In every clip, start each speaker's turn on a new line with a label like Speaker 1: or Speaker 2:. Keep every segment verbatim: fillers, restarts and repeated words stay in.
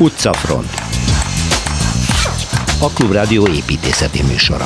Speaker 1: Utcafront, a Klubrádió építészeti műsora.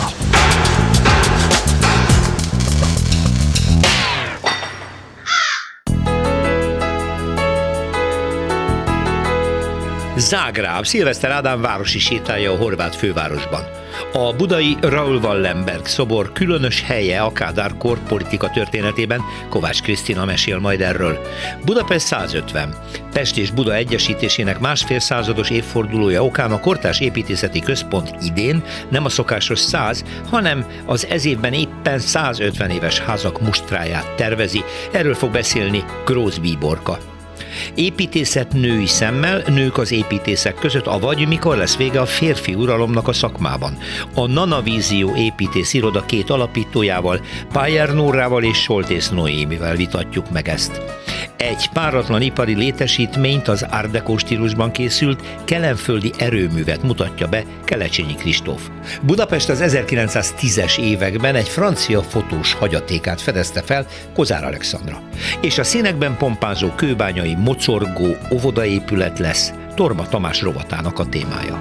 Speaker 1: Zágráb, Szilveszter Ádám városi sétája a horvát fővárosban. A budai Raoul Wallenberg szobor különös helye a Kádár-kor politika történetében, Kovács Krisztina mesél majd erről. Budapest százötven. Pest és Buda egyesítésének másfél százados évfordulója okán a Kortárs Építészeti Központ idén nem a szokásos száz, hanem az ez évben éppen százötven éves házak mustráját tervezi. Erről fog beszélni Grósz Bíborka. Építészet női szemmel, nők az építészek között, avagy mikor lesz vége a férfi uralomnak a szakmában. A Nanavízió építész iroda két alapítójával, Pájer Nórával és Soltész Noémivel vitatjuk meg ezt. Egy páratlan ipari létesítményt, az Art Deco stílusban készült kelenföldi erőművet mutatja be Kelecsényi Kristóf. Budapest az ezerkilencszáztízes években egy francia fotós hagyatékát fedezte fel, Kozár Alexandra. És a színekben pompázó kőbányai mocorgó óvodaépület lesz Torma Tamás rovatának a témája.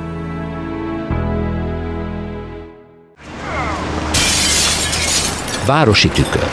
Speaker 1: Városi tükör.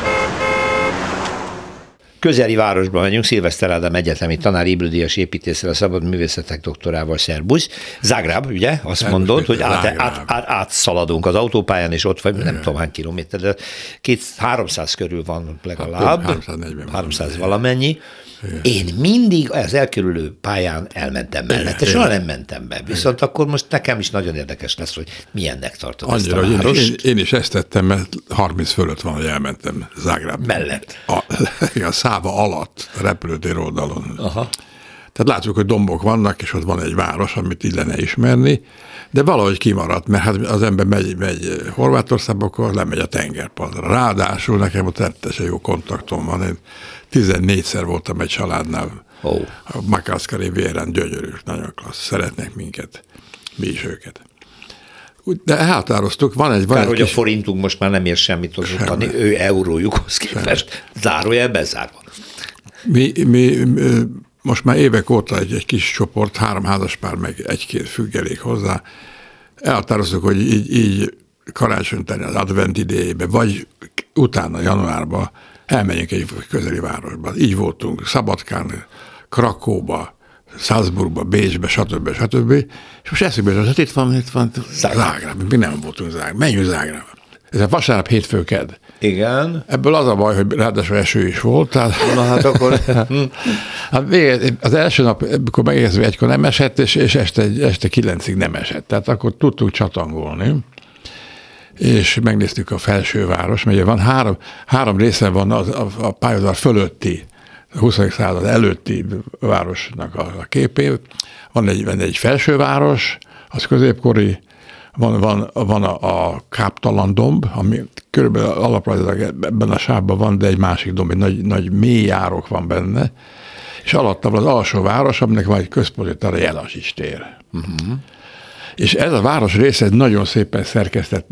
Speaker 1: Közeli városban vagyunk, Szilveszter Ádám egyetemi tanár, Ybl-díjas építésszel, a szabad művészetek doktorával, szerbusz. Zágráb, ugye? Azt mondod, hogy át, át, át, átszaladunk az autópályán, és ott vagy, nem tudom hány kilométer, de két, háromszáz körül van legalább, háromszáznegyven háromszáz valamennyi. Én mindig az elkerülő pályán elmentem mellette, soha nem mentem be. Viszont igen. Akkor most nekem is nagyon érdekes lesz, hogy milyennek tartod
Speaker 2: annyira, ezt a várost. Én, én, én is ezt tettem, mert harminc fölött van, hogy elmentem Zágráb.
Speaker 1: Mellett.
Speaker 2: A, a Száva alatt, a repülőtér oldalon.
Speaker 1: Aha.
Speaker 2: Tehát látjuk, hogy dombok vannak, és ott van egy város, amit illene ismerni, de valahogy kimaradt, mert hát az ember megy, megy Horvátországba, akkor lemegy a tengerpartra. Ráadásul nekem ott teljesen jó kontaktom van. Én tizennégyszer voltam egy családnál, oh. a Makászka Riviérán, gyönyörű, nagyon klassz, szeretnek minket, mi is őket. De elhatároztuk, van egy... Van
Speaker 1: Kár,
Speaker 2: egy
Speaker 1: hogy
Speaker 2: kis...
Speaker 1: a forintunk most már nem ér semmit az utáni, ő eurójukhoz képest, zárójel bezárva.
Speaker 2: Mi, mi, mi most már évek óta egy, egy kis csoport, három házaspár, meg egy-két függelék hozzá, elhatároztuk, hogy így, így karácsonytári az advent idejében, vagy utána, januárban elmenjünk egy közeli városba. Így voltunk Szabadkán, Krakóba, Salzburgba, Bécsbe, stb. stb. És most eszükbe jutott, hogy itt van, itt van Zágráb. Mi nem voltunk Zágráb. Menjünk Zágráb. Ez a vasárnap, hétfő, kedd.
Speaker 1: Igen.
Speaker 2: Ebből az a baj, hogy ráadásul eső is volt. Tehát...
Speaker 1: Na hát akkor...
Speaker 2: hát az első nap, amikor megérkezve egykor nem esett, és, és este, este kilencig nem esett. Tehát akkor tudtunk csatangolni. És megnéztük a felsőváros, mert van három, három része van a, a, a pályaudvar fölötti, a huszadik század előtti városnak a, a képé. Van egy, van egy felsőváros, az középkori, van, van, van a, a káptalan domb, ami körülbelül alaprajzilag ebben a sávban van, de egy másik domb, egy nagy, nagy mély járok van benne, és alatta van az alsó város, aminek van egy központi tere, Jelasics tér. Uh-huh. És ez a város része nagyon szépen szerkesztett,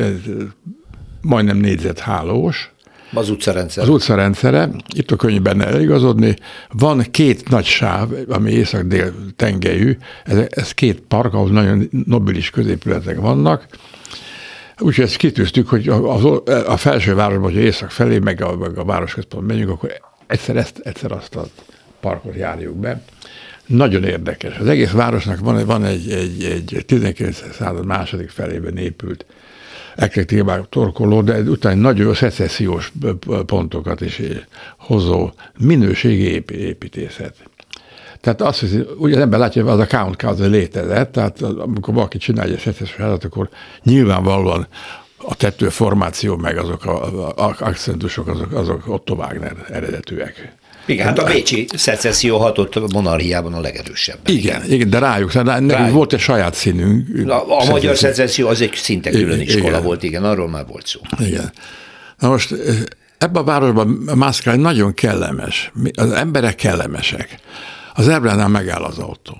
Speaker 2: majdnem négyzethálós.
Speaker 1: Az utcarendszer.
Speaker 2: Az utcarendszere, itt a könnyű benne eligazodni. Van két nagy sáv, ami észak-dél tengelyű, ez, ez két park, ahol nagyon nobilis középületek vannak. Úgyhogy ezt kitűztük, hogy a, a felső városban, hogy észak felé, meg a, meg a városközpont megyünk, akkor egyszer, ezt, egyszer azt a parkot járjuk be. Nagyon érdekes. Az egész városnak van, van egy, egy, egy tizenkilencedik század második felében épült eklektikában torkoló, de utána nagyon szecessziós pontokat is hozó minőségi építészet. Tehát azt hiszi, ugye az ember látja, hogy az a count count létezett, tehát amikor valaki csinálja egy szecessziós házat, akkor nyilvánvalóan a tetőformáció, meg azok az akcentusok, azok, azok Otto Wagner eredetűek.
Speaker 1: Igen, hát a bécsi szecesszió hatott a monarchiában a legerősebben.
Speaker 2: Igen, igen, igen, de rájuk, de nekünk volt egy saját színünk.
Speaker 1: A, a magyar szecesszió az egy szinte külön iskola igen. volt, igen, arról már volt szó.
Speaker 2: Igen. Na most ebben a városban mászkálni nagyon kellemes. Az emberek kellemesek. Az Erblánál megáll az autó.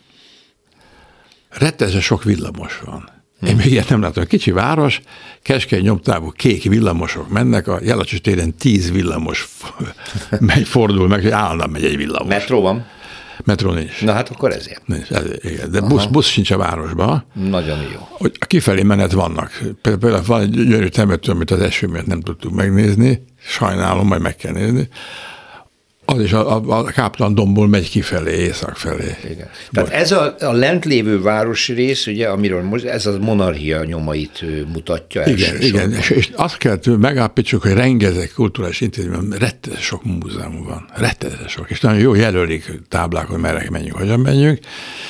Speaker 2: Rettenetesen sok villamos van. Én még ilyet nem látom. Kicsi város, keskeny nyomtávú kék villamosok mennek, a Jelasics téren tíz villamos megy, fordul meg, hogy állandóan megy egy villamos.
Speaker 1: Metró van?
Speaker 2: Metró nincs.
Speaker 1: Na hát akkor ezért.
Speaker 2: Nincs, ezért igen. De busz, busz sincs a városban.
Speaker 1: Nagyon jó.
Speaker 2: Hogy a kifelé menet vannak. Például van egy gyönyörű temető, amit az eső miatt nem tudtuk megnézni. Sajnálom, majd meg kell nézni. Az is a, a, a káptalan dombból megy kifelé, észak felé.
Speaker 1: Igen. Tehát ez a, a lent lévő városi rész, ugye, amiről most, ez a monarchia nyomait mutatja.
Speaker 2: Igen, igen. És, és azt kell megállapítsuk, hogy rengeteg kulturális intézmény, rettenetes sok múzeum van. Rettenetes sok. És nagyon jó jelölik táblák, hogy merre menjünk, hogyan menjünk.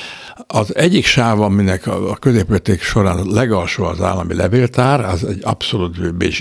Speaker 2: Az egyik sáv, aminek a, a középületek során legalsó az állami levéltár, az egy abszolút bécsi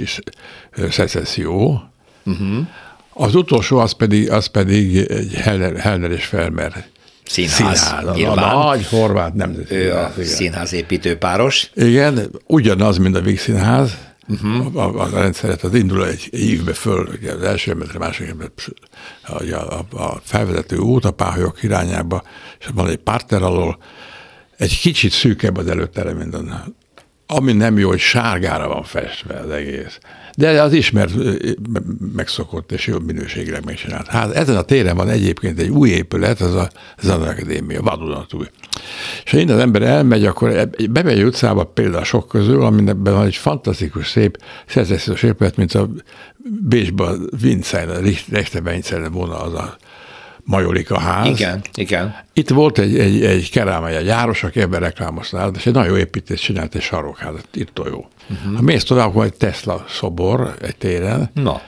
Speaker 2: szecesszió. Uh-huh. Az utolsó az pedig, az pedig egy Hellner, Hellner és Felmer
Speaker 1: színház.
Speaker 2: színház. A nagy horvát nemzeti
Speaker 1: ő színház. A színházépítő páros.
Speaker 2: Igen, ugyanaz, mint a Víg Színház. Uh-huh. A, a, a rendszeret az indul egy évbe föl, az első emetre, második emetre, a, a, a felvezető út a páholyok irányába, és van egy parter alól, egy kicsit szűkebb az előttere, mint a, ami nem jó, hogy sárgára van festve az egész. De az ismert, megszokott és jobb minőségileg megcsinált. Hát ezen a téren van egyébként egy új épület, az a Zenakadémia, vadonatúj. És ha innen az ember elmegy, akkor bemegy utcába például sok közül, amiben van egy fantasztikus, szép, szecessziós épület, mint a Bécsben Windsor, a Liechtenstein volna az a Majolika ház.
Speaker 1: Igen, igen.
Speaker 2: Itt volt egy, egy, egy kerámai, egy járos, aki ebben reklámozta, és egy nagyon jó építést csinált, egy sarokházat, itt jó. Uh-huh. Ha mész tovább, akkor egy Tesla szobor egy téren.
Speaker 1: Na.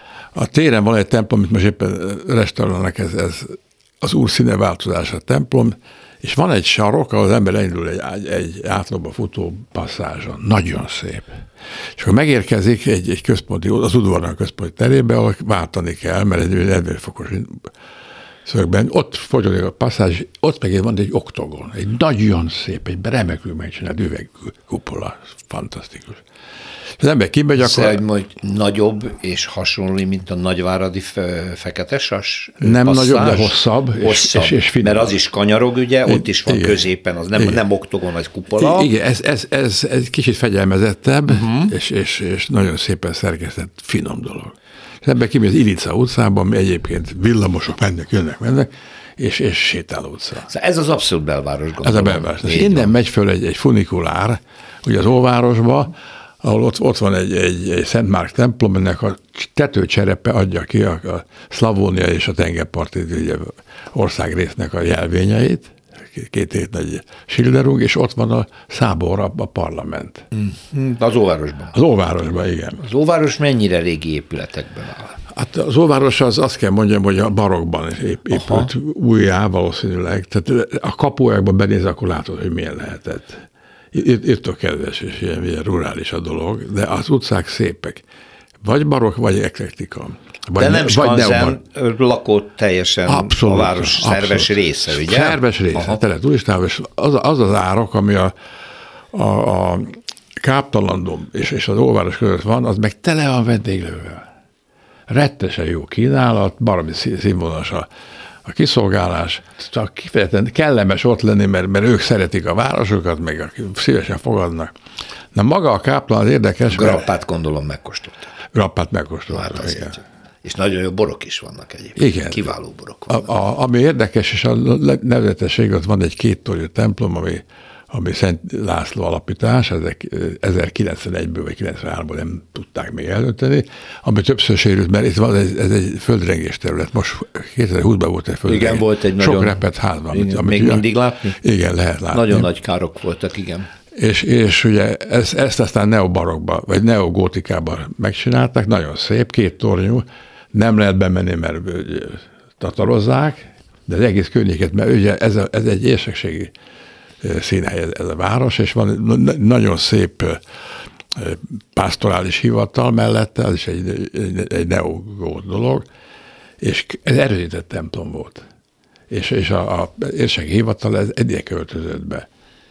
Speaker 2: A téren van egy templom, amit most éppen restaurálnak, ez, ez az Úr színe változás a templom, és van egy sarok, ahol az ember elindul egy, egy átlóba futó passzázson. Nagyon szép. És akkor megérkezik egy, egy központi, az udvarnak központi terébe, ahol váltani kell, mert egy negyvenfokos szögben, ott fogyodik a passzázs, ott meg van egy oktogon, egy nagyon szép, egy remekül megcsinált üvegkupola, fantasztikus. Az ember kimegy, akkor...
Speaker 1: Szóval, hogy nagyobb és hasonló, mint a nagyváradi fe, fekete sas
Speaker 2: Nem
Speaker 1: passzázs.
Speaker 2: Nagyobb, de hosszabb,
Speaker 1: hosszabb.
Speaker 2: És, és, és
Speaker 1: finom. Mert az is kanyarog, ugye, ott is van igen. középen, az nem, nem oktogon, vagy kupola.
Speaker 2: Igen, ez, ez, ez, ez kicsit fegyelmezettebb, uh-huh. és, és, és nagyon szépen szerkesztett, finom dolog. Az ember kimegy az Ilica utcában, ami egyébként villamosok mennek, jönnek, mennek, és, és sétáló utca.
Speaker 1: Szóval ez az abszolút belváros, gondolom.
Speaker 2: Ez a belváros. És innen megy föl egy, egy funikulár, ugye az Óvárosba, ahol ott, ott van egy, egy, egy Szent Márk templom, ennek a tetőcserepe adja ki a, a Szlavónia és a tengerparti ugye, országrésznek a jelvényeit, két hét nagy Schilderung, és ott van a Szábor, a, a parlament.
Speaker 1: Mm. Az Óvárosban.
Speaker 2: Az Óvárosban, igen.
Speaker 1: Az Óváros mennyire régi épületekben áll?
Speaker 2: Hát az Óváros az azt kell mondjam, hogy a barokban épült Aha. újjá valószínűleg. Tehát a kapujákban benéz, akkor látod, hogy milyen lehetett. Itt, itt a kedves, és ilyen, ilyen rurális a dolog, de az utcák szépek. Vagy barokk, vagy eklektika.
Speaker 1: Vagy de nem Skanzen lakott teljesen abszolút, a város abszolút. Szerves része, ugye?
Speaker 2: Szerves része, tele turistával, és az, az az árok, ami a, a, a Káptalandom és, és az Óváros között van, az meg tele a vendéglővel. Rettesen jó kínálat, baromi színvonalas a, a kiszolgálás, csak kifejezetten kellemes ott lenni, mert, mert ők szeretik a városokat, meg szívesen fogadnak. Na maga a Káptalan az érdekes.
Speaker 1: Grappát mert... gondolom megkóstoltak.
Speaker 2: Grappát megkóstoltak,
Speaker 1: hát igen. És nagyon jó borok is vannak egyébként. Igen. Kiváló borok vannak.
Speaker 2: A, a, ami érdekes, és a nevezetesség, ott van egy kéttornyú templom, ami, ami Szent László alapítás, ezek ezerkilencszázegyből vagy kilencvenháromból nem tudták még eldönteni, ami többször sérült, mert itt van, ez, ez egy földrengés terület. Most kétezer-húszban volt egy földrengés.
Speaker 1: Igen, volt egy
Speaker 2: Sok
Speaker 1: nagyon...
Speaker 2: repett ház van.
Speaker 1: Igen, amit, még amit mindig látni?
Speaker 2: Igen, lehet látni.
Speaker 1: Nagyon nagy károk voltak, igen.
Speaker 2: És, és ugye ezt, ezt aztán neobarokba, vagy neogótikában megcsinálták, nagyon szép, két tornyú, nem lehet bemenni, mert tatarozzák, de az egész környéket, mert ugye ez, a, ez egy érsekségi színhely ez a város, és van nagyon szép pásztorális hivatal mellette, az is egy, egy, egy neogót dolog, és ez erődített templom volt. És, és a, a érsekségi hivatal ez egyre költözött be.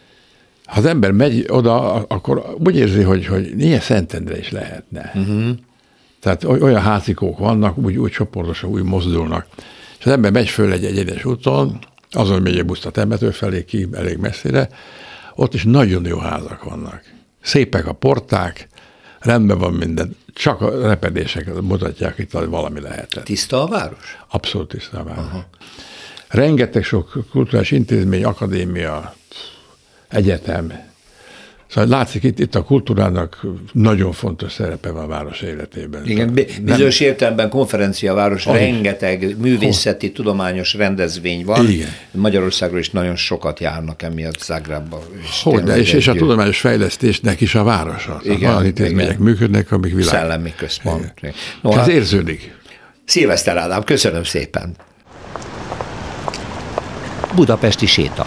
Speaker 2: Ha az ember megy oda, akkor úgy érzi, hogy, hogy ilyen Szentendre is lehetne. Uh-huh. Tehát olyan házikók vannak, úgy, úgy csoportosan, úgy mozdulnak. És az ember megy föl egy egyenes úton, azon megy a buszt a temető felé ki, elég messzire, ott is nagyon jó házak vannak. Szépek a porták, rendben van minden, csak a repedések mutatják itt, hogy valami lehetett.
Speaker 1: Tiszta a város?
Speaker 2: Abszolút tiszta a város. Uh-huh. rengeteg sok kulturális intézmény, akadémia, egyetem. Szóval látszik, itt, itt a kultúrának nagyon fontos szerepe van a város életében.
Speaker 1: Igen, bizonyos értelemben konferenciaváros, ahogy, rengeteg művészeti, oh. tudományos rendezvény van. Igen. Magyarországról is nagyon sokat járnak emiatt Zágrábba.
Speaker 2: Hogyne, és, és a tudományos fejlesztésnek is a városa. Olyan intézmények működnek, amik világ.
Speaker 1: Szellemi központ.
Speaker 2: No, ez érződik.
Speaker 1: Szilveszter Ádám, köszönöm szépen. Budapesti séta.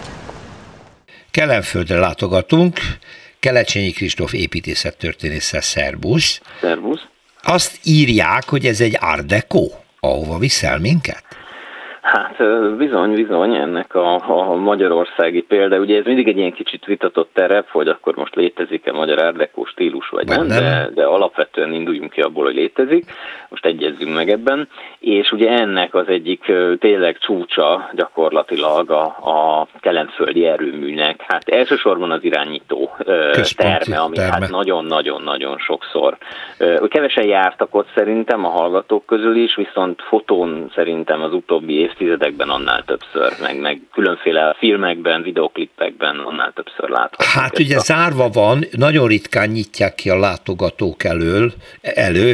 Speaker 1: Kelenföldre látogatunk, Kelecsényi Kristóf építészettörténésszel, szervusz.
Speaker 3: Szervusz.
Speaker 1: Azt írják, hogy ez egy Art Deco, ahova viszel minket?
Speaker 3: Hát bizony, bizony, ennek a, a magyarországi példa, ugye ez mindig egy ilyen kicsit vitatott terep, hogy akkor most létezik-e magyar Art Deco stílus, vagy, vagy nem, nem. De, de alapvetően induljunk ki abból, hogy létezik, most egyezzünk meg ebben, és ugye ennek az egyik tényleg csúcsa gyakorlatilag a, a kelenföldi erőműnek, hát elsősorban az irányító Központi terme, ami terme. Hát nagyon-nagyon-nagyon sokszor. Kevesen jártak ott szerintem a hallgatók közül is, viszont fotón szerintem az utóbbi év évtizedekben annál többször, meg, meg különféle filmekben, videoklippekben annál többször láthatunk.
Speaker 1: Hát ugye a... zárva van, nagyon ritkán nyitják ki a látogatók elől, elő,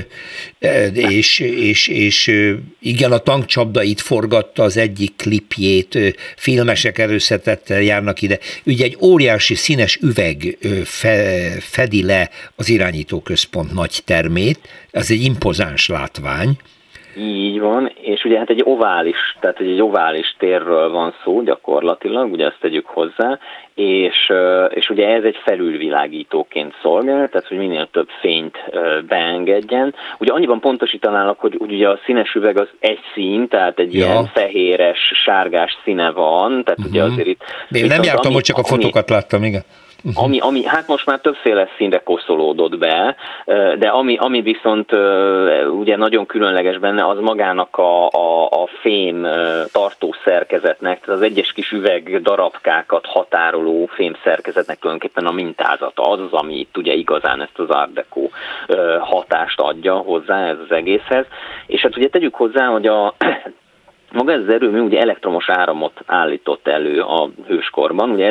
Speaker 1: és, és, és igen, a Tankcsapda itt forgatta az egyik klipjét, filmesek erőszetettel járnak ide. Ugye egy óriási színes üveg fe, fedi le az irányítóközpont nagy termét, ez egy impozáns látvány.
Speaker 3: Így van, és ugye hát egy ovális, tehát egy ovális térről van szó gyakorlatilag, ugye ezt tegyük hozzá, és, és ugye ez egy felülvilágítóként szolgál, tehát hogy minél több fényt beengedjen. Ugye annyiban pontosítanálak, hogy ugye a színes üveg az egy szín, tehát egy ja. ilyen fehéres, sárgás színe van, tehát uh-huh. ugye azért itt...
Speaker 1: Én nem jártam, ami, hogy csak a fotókat ami, láttam, igen.
Speaker 3: Uh-huh. Ami, ami, hát most már többféle színre koszolódott be, de ami, ami viszont ugye nagyon különleges benne, az magának a, a, a fém tartó szerkezetnek, tehát az egyes kis üveg darabkákat határoló fém szerkezetnek tulajdonképpen a mintázata. Az az, ami itt ugye igazán ezt az Art Deco hatást adja hozzá ez az egészhez. És hát ugye tegyük hozzá, hogy a maga ez az erőmű ugye elektromos áramot állított elő a hőskorban, ugye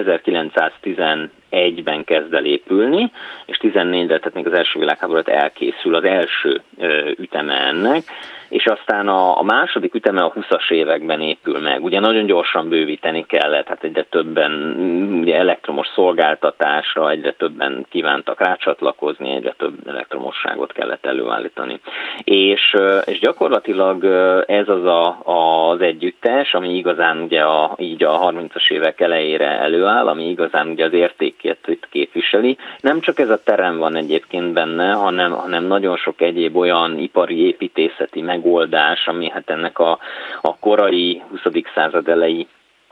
Speaker 3: ezerkilencszáztizenegyben kezd el épülni, és tizennégyre, tehát még az első világháború alatt elkészül az első ö, üteme ennek, és aztán a, a második üteme a húszas években épül meg. Ugye nagyon gyorsan bővíteni kellett, hát egyre többen ugye elektromos szolgáltatásra, egyre többen kívántak rácsatlakozni, egyre több elektromosságot kellett előállítani. És, és gyakorlatilag ez az a, az együttes, ami igazán ugye a, így a harmincas évek elejére előáll, ami igazán ugye az értékét itt képviseli. Nem csak ez a terem van egyébként benne, hanem, hanem nagyon sok egyéb olyan ipari építészeti meg megoldás, ami hát ennek a, a korai huszadik század elejé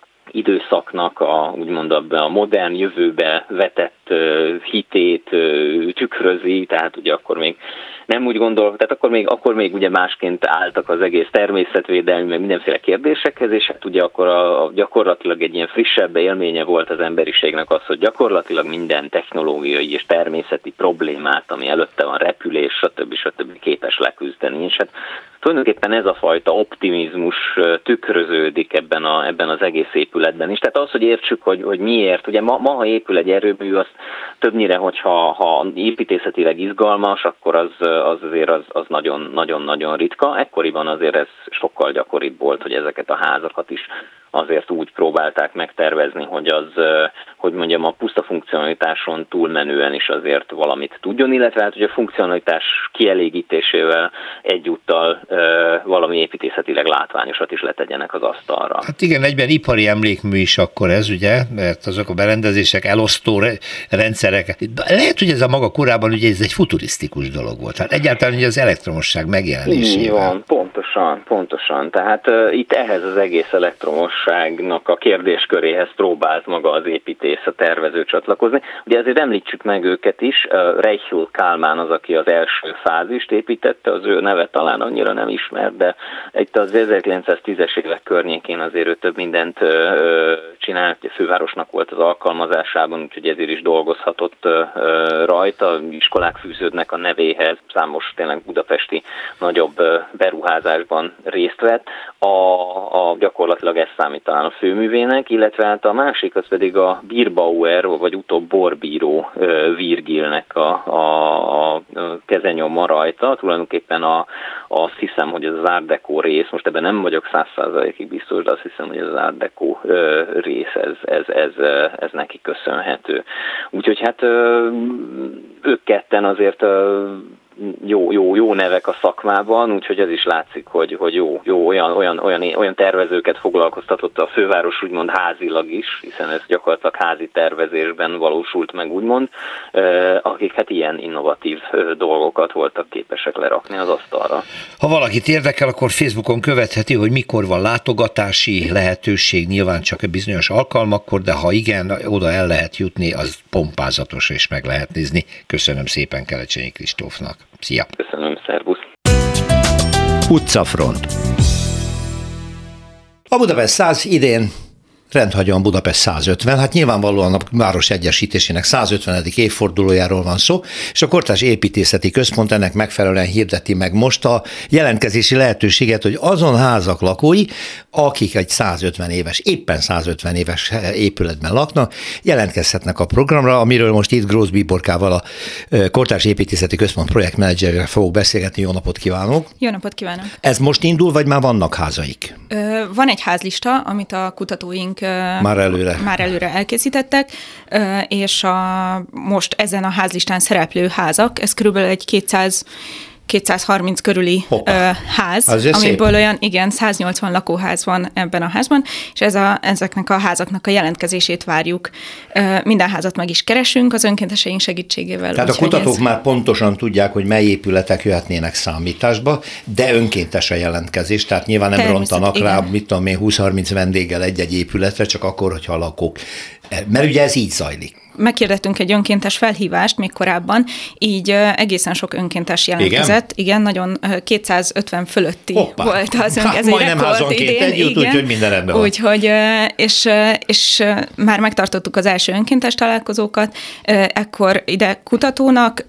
Speaker 3: időszaknak a, úgymond a modern jövőbe vetett uh, hitét uh, tükrözi, tehát ugye akkor még nem úgy gondolok, tehát akkor még, akkor még ugye másként álltak az egész természetvédelmi, meg mindenféle kérdésekhez, és hát ugye akkor a, a gyakorlatilag egy ilyen frissebb élménye volt az emberiségnek az, hogy gyakorlatilag minden technológiai és természeti problémát, ami előtte van, repülés, stb. stb. Képes leküzdeni, és hát tulajdonképpen ez a fajta optimizmus tükröződik ebben, a, ebben az egész épületben is. Tehát az, hogy értsük, hogy, hogy miért. Ugye ma, ma, ha épül egy erőmű, az többnyire, hogyha ha építészetileg izgalmas, akkor az, az azért az, az nagyon, nagyon-nagyon ritka. Ekkoriban azért ez sokkal gyakoribb volt, hogy ezeket a házakat is azért úgy próbálták megtervezni, hogy az, hogy mondjam, a puszta funkcionalitáson túlmenően is azért valamit tudjon, illetve hát, hogy a funkcionalitás kielégítésével egyúttal valami építészetileg látványosat is letegyenek az asztalra.
Speaker 1: Hát igen, egyben ipari emlékmű is akkor ez, ugye, mert azok a berendezések, elosztó rendszerek, lehet, hogy ez a maga korában ugye ez egy futurisztikus dolog volt. Hát egyáltalán ugye az elektromosság megjelenésével.
Speaker 3: Így van, pontosan, pontosan. Tehát uh, itt ehhez az egész elektromosságnak a kérdésköréhez próbált maga az építész, a tervező csatlakozni. Ugye azért említsük meg őket is, uh, Reichel Kálmán az, aki az első fázist építette, az ő neve talán annyira nem ismert, de itt az ezerkilencszáztízes évek környékén azért ő több mindent uh, csinált, a fővárosnak volt az alkalmazásában, úgyhogy ezért is dolgozhatott rajta, iskolák fűződnek a nevéhez, számos tényleg budapesti nagyobb beruházásban részt vett, a, a gyakorlatilag ez számít talán a főművének, illetve hát a másik az pedig a Bierbauer, vagy utóbb borbíró Virgilnek a, a, a kezenyoma rajta, tulajdonképpen a, azt hiszem, hogy ez az Art Deco rész, most ebben nem vagyok száz százalékig biztos, de azt hiszem, hogy ez az Art Deco rész, ez, ez, ez, ez neki köszönhető. Úgyhogy hát ők ketten azért jó, jó, jó nevek a szakmában, úgyhogy ez is látszik, hogy, hogy jó, jó olyan, olyan, olyan, olyan tervezőket foglalkoztatott a főváros úgymond házilag is, hiszen ez gyakorlatilag házi tervezésben valósult meg úgymond, akik hát ilyen innovatív dolgokat voltak képesek lerakni az asztalra.
Speaker 1: Ha valakit érdekel, akkor Facebookon követheti, hogy mikor van látogatási lehetőség, nyilván csak bizonyos alkalmakkor, de ha igen, oda el lehet jutni, az pompázatos és meg lehet nézni. Köszönöm szépen Kelecsényi Kristófnak. Szia!
Speaker 3: Köszönöm, szervusz!
Speaker 1: Utcafront. A Budapest száz idén rendhagyóan Budapest százötven, hát nyilvánvalóan a város egyesítésének százötvenedik évfordulójáról van szó, és a Kortárs Építészeti Központ ennek megfelelően hirdeti meg most a jelentkezési lehetőséget, hogy azon házak lakói, akik egy százötven éves, éppen százötven éves épületben laknak, jelentkezhetnek a programra, amiről most itt Grósz Bíborkával, a Kortárs Építészeti Központ projektmenedzserrel fogok beszélgetni. Jó napot kívánok!
Speaker 4: Jó napot kívánok!
Speaker 1: Ez most indul, vagy már vannak házaik?
Speaker 4: Ö, van egy házlista, amit a kutatóink
Speaker 1: Már előre.
Speaker 4: Már előre elkészítettek, és a, most ezen a házlistán szereplő házak, ez körülbelül egy kétszáz kétszázharminc körüli Hoppá. ház,
Speaker 1: Azért
Speaker 4: amiből
Speaker 1: szép.
Speaker 4: olyan, igen, száznyolcvan lakóház van ebben a házban, és ez a, ezeknek a házaknak a jelentkezését várjuk. Minden házat meg is keresünk az önkénteseink segítségével.
Speaker 1: Tehát a kutatók ez... már pontosan tudják, hogy mely épületek jöhetnének számításba, de önkéntes a jelentkezés, tehát nyilván nem rontanak igen. rá, mit tudom én, húsz-harminc vendéggel egy-egy épületre, csak akkor, hogyha a lakók. Mert ugye ez így zajlik.
Speaker 4: Megkérdettünk egy önkéntes felhívást még korábban, így egészen sok önkéntes jelentkezett. Igen, igen nagyon kétszázötven fölötti
Speaker 1: Hoppá.
Speaker 4: volt az önkéntes.
Speaker 1: Ez majdnem házonként egy jut, úgyhogy minden rendben van.
Speaker 4: Úgyhogy, és, és már megtartottuk az első önkéntes találkozókat, ekkor ide kutatónak,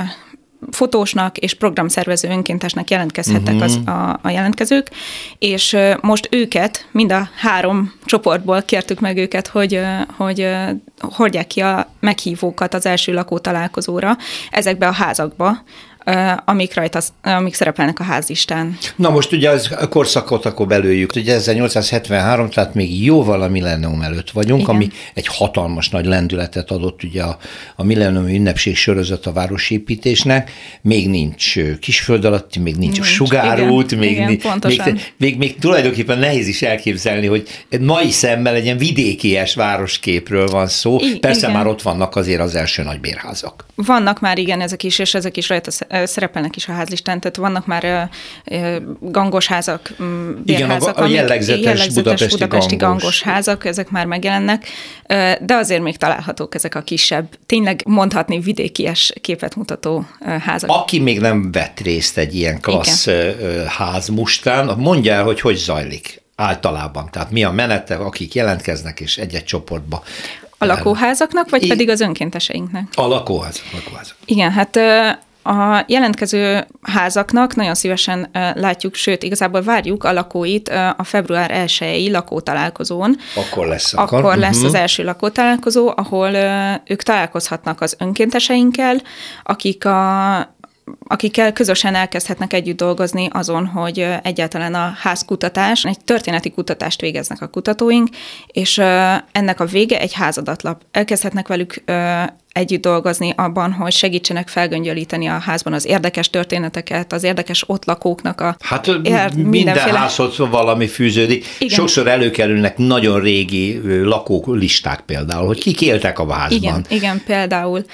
Speaker 4: fotósnak és programszervező önkéntesnek jelentkezhettek uh-huh. az, a, a jelentkezők, és most őket, mind a három csoportból kértük meg őket, hogy, hogy hordják ki a meghívókat az első lakótalálkozóra ezekbe a házakba, amik rajta, amik szerepelnek a házlistán.
Speaker 1: Na most ugye az a korszakot akkor belőjük. Ugye ezernyolcszázhetvenhárom, tehát még jóval a millennium előtt vagyunk, igen. ami egy hatalmas nagy lendületet adott ugye a, a millenniumi ünnepség sorozat a városépítésnek. Még nincs Kisföld alatti, még nincs, nincs. a sugárút, igen, még,
Speaker 4: igen,
Speaker 1: még, még, még, még tulajdonképpen nehéz is elképzelni, hogy mai szemmel egy ilyen vidékies városképről van szó. I, Persze igen. már ott vannak azért az első nagy bérházak.
Speaker 4: Vannak már igen ezek is, és ezek is rajta szerepelnek is a házlistán, tehát vannak már gangos házak, bérházak,
Speaker 1: igen, a jellegzetes,
Speaker 4: jellegzetes budapesti, budapesti
Speaker 1: gangos.
Speaker 4: gangos házak, ezek már megjelennek, de azért még találhatók ezek a kisebb, tényleg mondhatni vidékies képet mutató házak.
Speaker 1: Aki még nem vett részt egy ilyen klassz igen. ház mustán, mondja el, hogy hogy zajlik általában, tehát mi a menete, akik jelentkeznek és egy-egy csoportba.
Speaker 4: A lakóházaknak, vagy I- pedig az önkénteseinknek?
Speaker 1: A lakóházak. lakóházak.
Speaker 4: Igen, hát a jelentkező házaknak nagyon szívesen látjuk, sőt, igazából várjuk a lakóit a február elsejei lakótalálkozón.
Speaker 1: Akkor lesz. Akkor,
Speaker 4: akkor lesz
Speaker 1: uh-huh.
Speaker 4: az első lakótalálkozó, ahol ők találkozhatnak az önkénteseinkkel, akik a akikkel közösen elkezdhetnek együtt dolgozni azon, hogy egyáltalán a házkutatás, egy történeti kutatást végeznek a kutatóink, és ennek a vége egy házadatlap. Elkezdhetnek velük együtt dolgozni abban, hogy segítsenek felgöngyölíteni a házban az érdekes történeteket, az érdekes ott lakóknak a...
Speaker 1: Hát ér, minden mindenféle... házhoz valami fűződik. Igen. Sokszor előkerülnek nagyon régi lakólisták például, hogy kik éltek a házban.
Speaker 4: Igen, igen, például.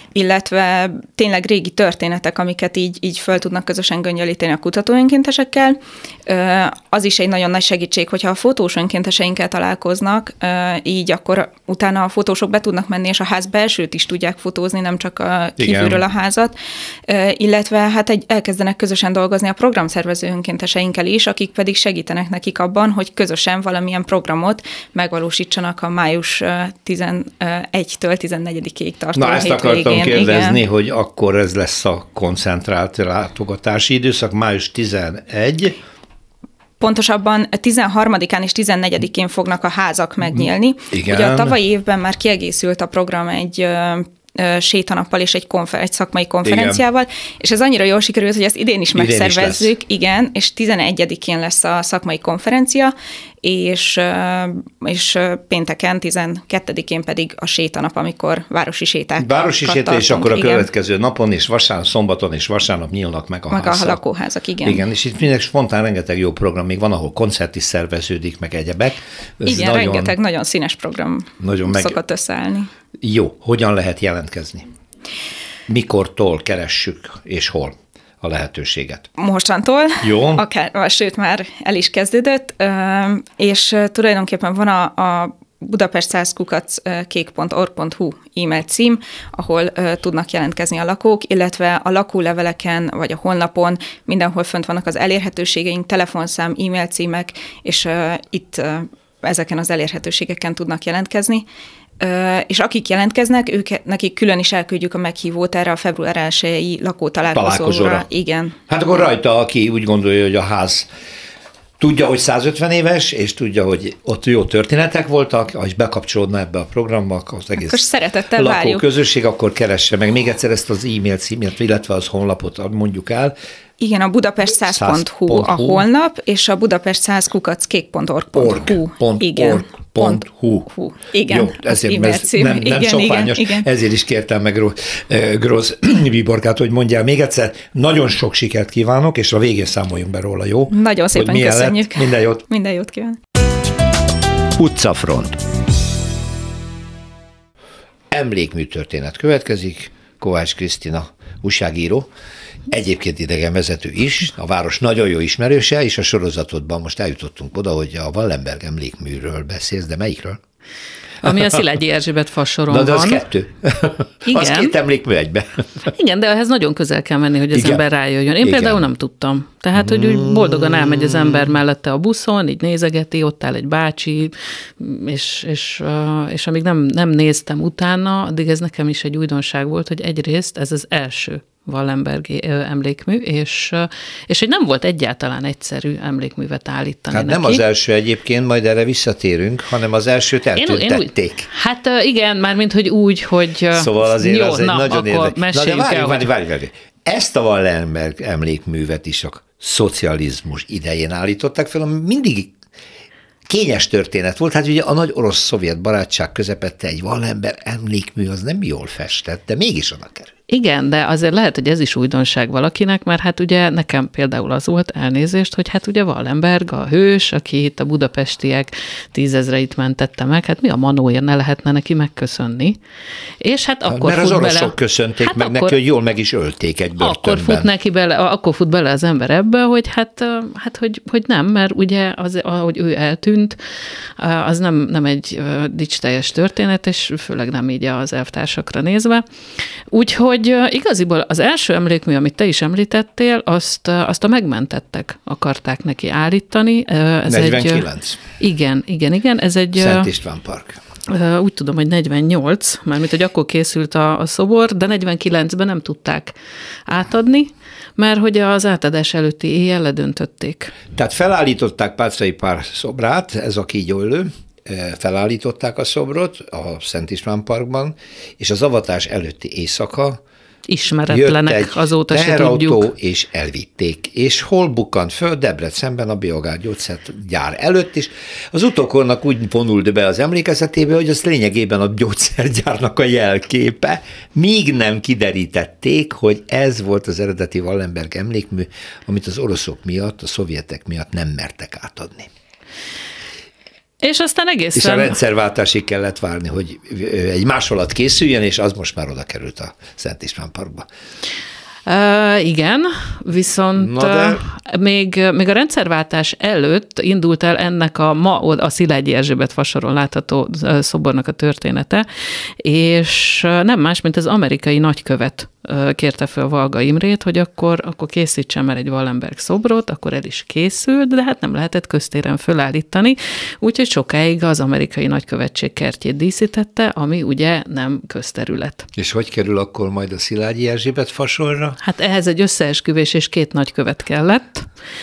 Speaker 4: illetve tényleg régi történetek, amiket így, így föl tudnak közösen göngyölíteni a kutatóönkéntesekkel. Az is egy nagyon nagy segítség, hogyha a fotós önkénteseinkkel találkoznak, így akkor utána a fotósok be tudnak menni, és a ház belsőt is tudják fotózni, nem csak a kívülről a házat, illetve hát egy, elkezdenek közösen dolgozni a programszervező önkénteseinkkel is, akik pedig segítenek nekik abban, hogy közösen valamilyen programot megvalósítsanak a május tizenegytől tizennegyedikéig tartó
Speaker 1: Na, ezt
Speaker 4: hétvégén.
Speaker 1: akartam kérdezni,
Speaker 4: Igen.
Speaker 1: hogy akkor ez lesz a koncentrált látogatási időszak, május tizenegy.
Speaker 4: Pontosabban tizenharmadikán és tizennegyedikén fognak a házak megnyílni.
Speaker 1: Igen.
Speaker 4: Ugye a tavalyi évben már kiegészült a program egy sétanappal és egy, konfer- egy szakmai konferenciával, igen. és ez annyira jól sikerült, hogy ezt idén is idén megszervezzük, is igen, és tizenegyedikén lesz a szakmai konferencia, és, és pénteken, tizenkettedikén pedig a sétanap, amikor városi séták.
Speaker 1: Városi séta, és akkor a igen. következő napon, és vasárnap, szombaton és vasárnap nyílnak meg a
Speaker 4: meg
Speaker 1: házak.
Speaker 4: a lakóházak, igen.
Speaker 1: Igen, és itt mindenki spontán rengeteg jó program, még van, ahol koncert is szerveződik, meg egyebek. Ez
Speaker 4: igen, nagyon, rengeteg nagyon színes program
Speaker 1: nagyon meg...
Speaker 4: szokott összeállni.
Speaker 1: Jó, hogyan lehet jelentkezni? Mikortól keressük, és hol a lehetőséget?
Speaker 4: Mostantól,
Speaker 1: jó.
Speaker 4: Akár, sőt már el is kezdődött, és tulajdonképpen van a, a budapest száz kukac kék pont org pont hu e-mail cím, ahol tudnak jelentkezni a lakók, illetve a lakóleveleken vagy a honlapon mindenhol fönt vannak az elérhetőségeink, telefonszám, e-mail címek, és itt ezeken az elérhetőségeken tudnak jelentkezni. És akik jelentkeznek, ők, nekik külön is elküldjük a meghívót erre a február elsejei lakótalálkozóra. Igen.
Speaker 1: Hát akkor rajta, aki úgy gondolja, hogy a ház tudja, hogy százötven éves, és tudja, hogy ott jó történetek voltak, és bekapcsolódna ebbe a programba, az egész
Speaker 4: akkor szeretettel várjuk.
Speaker 1: Közösség, akkor keresse meg még egyszer ezt az e-mail címét, illetve az honlapot mondjuk el.
Speaker 4: Igen, a budapest száz pont hu a honlap, és a budapest száz kukac kék pont org pont hu. Igen.
Speaker 1: Pont hu.
Speaker 4: Igen,
Speaker 1: jó, ezért ez nem, nem igen, szokványos, igen, igen. Ezért is kértem meg Grósz Viborkát, hogy mondjál még egyszer. Nagyon sok sikert kívánok, és a végén számoljunk be róla, jó?
Speaker 4: Nagyon szépen köszönjük.
Speaker 1: Lett. Minden jót.
Speaker 4: Minden jót kívánok.
Speaker 1: Utcafront. Emlékműtörténet következik. Kovács Krisztina újságíró, egyébként idegenvezető is, a város nagyon jó ismerőse, és a sorozatodban most eljutottunk oda, hogy a Wallenberg emlékműről beszélsz, de melyikről?
Speaker 5: Ami a Szilágyi Erzsébet fasoron van.
Speaker 1: Na, de az kettő. Igen. Az két emlékmű egybe.
Speaker 5: Igen, de ehhez nagyon közel kell menni, hogy az Igen. ember rájöjjön. Én Igen. például nem tudtam. Tehát, hogy úgy boldogan elmegy az ember mellette a buszon, így nézegeti, ott áll egy bácsi, és, és, és amíg nem, nem néztem utána, addig ez nekem is egy újdonság volt, hogy egyrészt ez az első Wallenbergi emlékmű, és, és hogy nem volt egyáltalán egyszerű emlékművet állítani
Speaker 1: Hát
Speaker 5: neki.
Speaker 1: Nem az első egyébként, majd erre visszatérünk, hanem az elsőt eltüntették.
Speaker 5: Hát igen, mármint, hogy úgy, hogy...
Speaker 1: Szóval azért
Speaker 5: jó,
Speaker 1: az egy
Speaker 5: na,
Speaker 1: nagyon érdekes. Na de várj,
Speaker 5: el,
Speaker 1: várj, várj, várj. Ezt a Wallenberg emlékművet is a szocializmus idején állították fel, ami mindig kényes történet volt. Hát ugye a nagy orosz-szovjet barátság közepette egy Wallenberg emlékmű, az nem jól festett, de mégis annak kerül.
Speaker 5: Igen, de azért lehet, hogy ez is újdonság valakinek, mert hát ugye nekem például az volt, elnézést, hogy hát ugye Wallenberg a hős, aki itt a budapestiek tízezreit mentette meg, hát mi a manója, ne lehetne neki megköszönni. És hát akkor
Speaker 1: Mert
Speaker 5: fut
Speaker 1: az oroszok
Speaker 5: bele,
Speaker 1: köszönték
Speaker 5: hát
Speaker 1: meg
Speaker 5: akkor,
Speaker 1: neki, hogy jól meg is ölték egy börtönben.
Speaker 5: Akkor fut neki bele, akkor fut bele az ember ebbe, hogy hát, hát hogy, hogy nem, mert ugye az, ahogy ő eltűnt, az nem, nem egy dicsterjes történet, és főleg nem így az elvtársakra nézve. Úgyhogy hogy igaziból az első emlékmű, amit te is említettél, azt, azt a megmentettek akarták neki állítani. Ez
Speaker 1: negyvenkilenc.
Speaker 5: Egy, igen, igen, igen. Ez egy...
Speaker 1: Szent István Park.
Speaker 5: Úgy tudom, hogy negyvennyolc, mármint, hogy akkor készült a, a szobor, de negyvenkilencben nem tudták átadni, mert hogy az átadás előtti éjjel ledöntötték.
Speaker 1: Tehát felállították Páczai Pál szobrát, ez a kígyóölő, felállították a szobrot a Szent István Parkban, és az avatás előtti éjszaka
Speaker 5: ismeretlenek, azóta se tudjuk.
Speaker 1: És elvitték. És hol bukkant föl? Debrecenben a Biogár gyógyszergyár előtt is. Az utókornak úgy vonult be az emlékezetébe, hogy az lényegében a gyógyszergyárnak a jelképe, míg nem kiderítették, hogy ez volt az eredeti Wallenberg emlékmű, amit az oroszok miatt, a szovjetek miatt nem mertek átadni.
Speaker 5: És aztán egészen...
Speaker 1: És a rendszerváltásig kellett várni, hogy egy másolat készüljön, és az most már oda került a Szent István Parkba.
Speaker 5: Uh, igen, viszont uh, még, még a rendszerváltás előtt indult el ennek a ma a Szilágyi Erzsébet fasoron látható szobornak a története, és nem más, mint az amerikai nagykövet kérte fel Valga Imrét, hogy akkor, akkor készítsen el egy Wallenberg szobrot, akkor el is készült, de hát nem lehetett köztéren fölállítani, úgyhogy sokáig az amerikai nagykövetség kertjét díszítette, ami ugye nem közterület.
Speaker 1: És hogy kerül akkor majd a Szilágyi Erzsébet fasorra?
Speaker 5: Hát ehhez egy összeesküvés és két nagykövet kellett,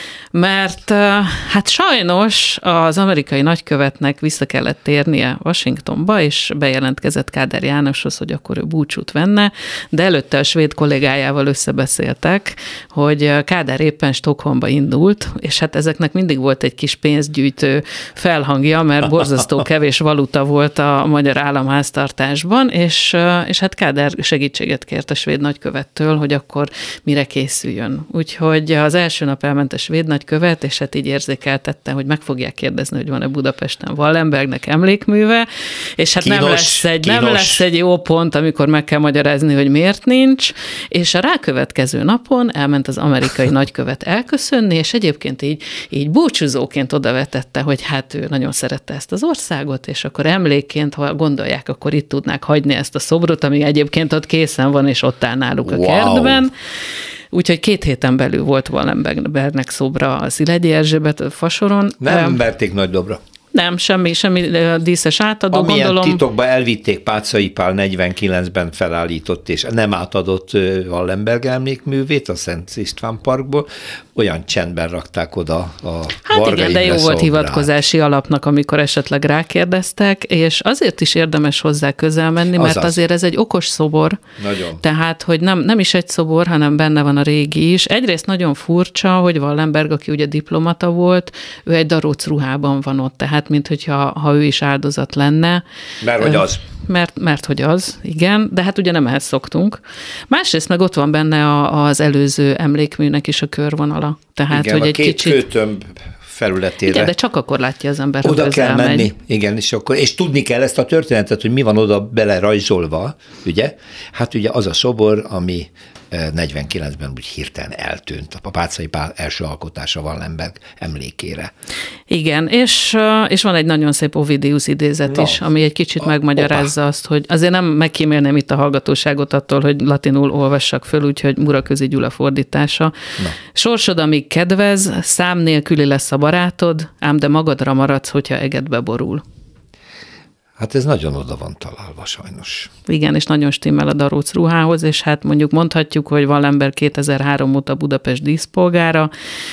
Speaker 5: mert hát sajnos az amerikai nagykövetnek vissza kellett térnie Washingtonba, és bejelentkezett Kádár Jánoshoz, hogy akkor ő búcsút venne, de előtte a svéd kollégájával összebeszéltek, hogy Kádár éppen Stockholmba indult, és hát ezeknek mindig volt egy kis pénzgyűjtő felhangja, mert borzasztó kevés valuta volt a magyar államháztartásban, és, és hát Kádár segítséget kért a svéd nagykövettől, hogy akkor mire készüljön. Úgyhogy az első nap elment a svéd nagykövet, és hát így érzékeltette, hogy meg fogják kérdezni, hogy van-e Budapesten Wallenbergnek emlékműve, és hát kínos, nem, lesz egy, nem lesz egy jó pont, amikor meg kell magyarázni, hogy miért nincs, és a rákövetkező napon elment az amerikai nagykövet elköszönni, és egyébként így, így búcsúzóként odavetette, hogy hát ő nagyon szerette ezt az országot, és akkor emlékként, ha gondolják, akkor itt tudnák hagyni ezt a szobrot, ami egyébként ott készen van, és ott áll náluk a wow. kertben. Úgyhogy két héten belül volt Wallenbergnek szobra a Szilágyi Erzsébet fasoron.
Speaker 1: Nem verték nagy dobra.
Speaker 5: Nem, semmi, semmi díszes átadó,
Speaker 1: amilyen
Speaker 5: gondolom.
Speaker 1: titokba elvitték Páczai Pál negyvenkilencben felállított és nem átadott Wallenberg emlékművét a Szent István Parkból, olyan csendben rakták oda a
Speaker 5: Hát
Speaker 1: Varga
Speaker 5: igen, de jó
Speaker 1: Imre
Speaker 5: volt
Speaker 1: szobrát. Hivatkozási
Speaker 5: alapnak, amikor esetleg rákérdeztek, és azért is érdemes hozzá közel menni, mert
Speaker 1: Azaz.
Speaker 5: azért ez egy okos szobor.
Speaker 1: Nagyon.
Speaker 5: Tehát, hogy nem, nem is egy szobor, hanem benne van a régi is. Egyrészt nagyon furcsa, hogy Wallenberg, aki ugye diplomata volt, ő egy daróc ruhában van ott, tehát mint hogyha ha ő is áldozat lenne.
Speaker 1: Mert hogy az.
Speaker 5: Mert, mert hogy az, igen, de hát ugye nem ehhez szoktunk. Másrészt meg ott van benne a, az előző emlékműnek is a körvonala. Tehát,
Speaker 1: igen,
Speaker 5: hogy
Speaker 1: a
Speaker 5: egy
Speaker 1: két
Speaker 5: kicsit...
Speaker 1: kőtömb felületére.
Speaker 5: Igen, de csak akkor látja az ember,
Speaker 1: oda
Speaker 5: hogy
Speaker 1: kell menni,
Speaker 5: megy.
Speaker 1: igen, és, akkor, és tudni kell ezt a történetet, hogy mi van oda belerajzolva, ugye? Hát ugye az a szobor, ami negyvenkilencben úgy hirtelen eltűnt, a Páczai Pál első alkotása Wallenberg emlékére.
Speaker 5: Igen, és, és van egy nagyon szép Ovidius idézet no. is, ami egy kicsit a, megmagyarázza opa. azt, hogy azért nem megkímélném itt a hallgatóságot attól, hogy latinul olvassak föl, úgyhogy Muraközi Gyula fordítása. No. Sorsod, amíg kedvez, szám nélküli lesz a barátod, ám de magadra maradsz, hogyha egedbe borul.
Speaker 1: Hát ez nagyon oda van találva sajnos.
Speaker 5: Igen, és nagyon stimmel a daróc ruhához, és hát mondjuk mondhatjuk, hogy Wallenberg kétezer-három óta Budapest díszpolgára,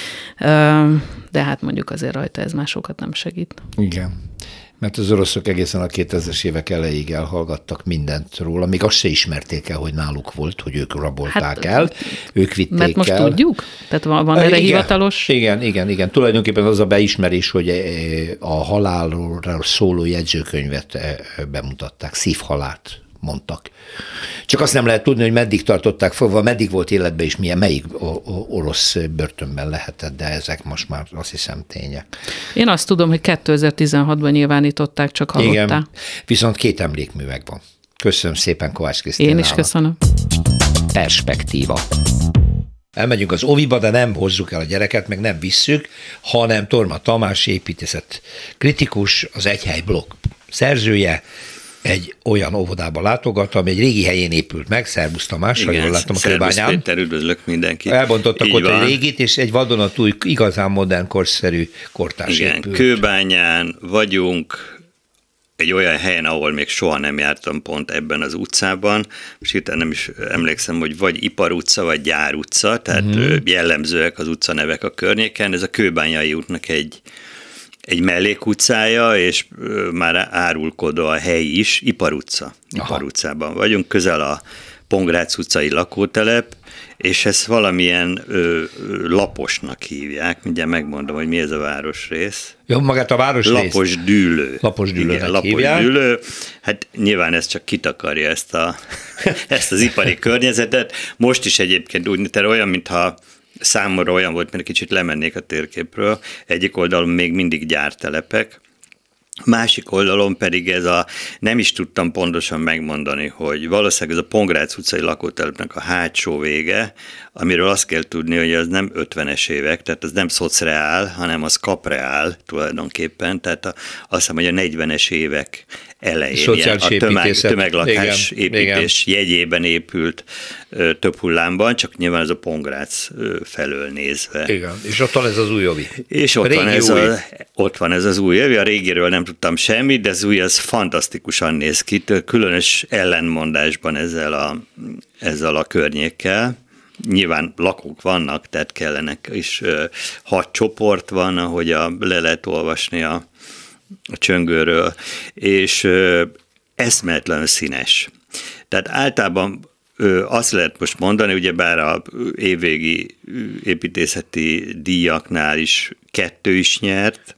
Speaker 5: de hát mondjuk azért rajta ez már sokat nem segít.
Speaker 1: Igen, mert az oroszok egészen a kétezres évek elejéig elhallgattak mindent róla, még azt se ismerték el, hogy náluk volt, hogy ők rabolták hát, el, ők vitték
Speaker 5: mert most
Speaker 1: el.
Speaker 5: tudjuk? Tehát van, van erre
Speaker 1: igen,
Speaker 5: hivatalos?
Speaker 1: Igen, igen, igen. Tulajdonképpen az a beismerés, hogy a halálról szóló jegyzőkönyvet bemutatták, szívhalált mondtak. Csak azt nem lehet tudni, hogy meddig tartották fogva, meddig volt életben, és milyen, melyik orosz börtönben lehetett, de ezek most már azt hiszem tények.
Speaker 5: Én azt tudom, hogy kétezer-tizenhatban nyilvánították csak halottá.
Speaker 1: Igen, viszont két emlékmű megvan. Köszönöm szépen Kovács Krisztinának.
Speaker 5: Én is köszönöm.
Speaker 1: Perspektíva. Elmegyünk az óviba, de nem hozzuk el a gyereket, meg nem visszük, hanem Torma Tamás építészet kritikus, az Egyhely blogg szerzője, egy olyan óvodába látogat, ami egy régi helyén épült meg, szervusz Tamás, ha jól látom a Kőbányán.
Speaker 6: Szervusz Péter, üdvözlök mindenkit.
Speaker 1: Elbontottak
Speaker 6: Így
Speaker 1: ott
Speaker 6: van.
Speaker 1: egy régit, és egy vadonatúj, igazán modern, korszerű kortárs
Speaker 6: Igen,
Speaker 1: épült.
Speaker 6: Kőbányán vagyunk, egy olyan helyen, ahol még soha nem jártam pont ebben az utcában, és itt nem is emlékszem, hogy vagy Ipar utca, vagy Gyár utca, tehát uh-huh. jellemzőek az utcanevek a környéken. Ez a Kőbányai útnak egy egy mellékutcája, és már árulkodó a hely is, Ipar utca. Ipar Aha. utcában vagyunk, közel a Pongrác utcai lakótelep, és ezt valamilyen ö, laposnak hívják, mindjárt megmondom, hogy mi ez a városrész.
Speaker 1: Jó, magát a városrész.
Speaker 6: Lapos dűlő.
Speaker 1: Lapos dűlőnek
Speaker 6: Igen, lapos
Speaker 1: hívják.
Speaker 6: dűlő. Hát nyilván ez csak kitakarja ezt, a, ezt az ipari környezetet. Most is egyébként úgy, tehát olyan, mintha számomra olyan volt, mert kicsit lemennék a térképről. Egyik oldalon még mindig gyártelepek, Másik oldalon pedig ez a, nem is tudtam pontosan megmondani, hogy valószínűleg ez a Pongrác utcai lakótelepnek a hátsó vége, amiről azt kell tudni, hogy az nem ötvenes évek, tehát az nem szocreál, hanem az kapreál tulajdonképpen, tehát a, azt hiszem, hogy a negyvenes évek elején ilyen, a tömeg, tömeglakás igen, építés igen. jegyében épült ö, több hullámban, csak nyilván ez a Pongrác ö, felől nézve.
Speaker 1: Igen, és ott van ez az újjavi.
Speaker 6: És ott van ez, a, ott van ez az újjavi, a régiről nem tudtam semmit, de az új az fantasztikusan néz ki, különös ellenmondásban ezzel a, ezzel a környékkel. Nyilván lakók vannak, tehát kellenek, és hat csoport van, ahogy a, le lehet olvasni a, a csöngőről, és eszméletlenül színes. Tehát általában azt lehet most mondani, ugyebár a évvégi építészeti díjaknál is kettő is nyert,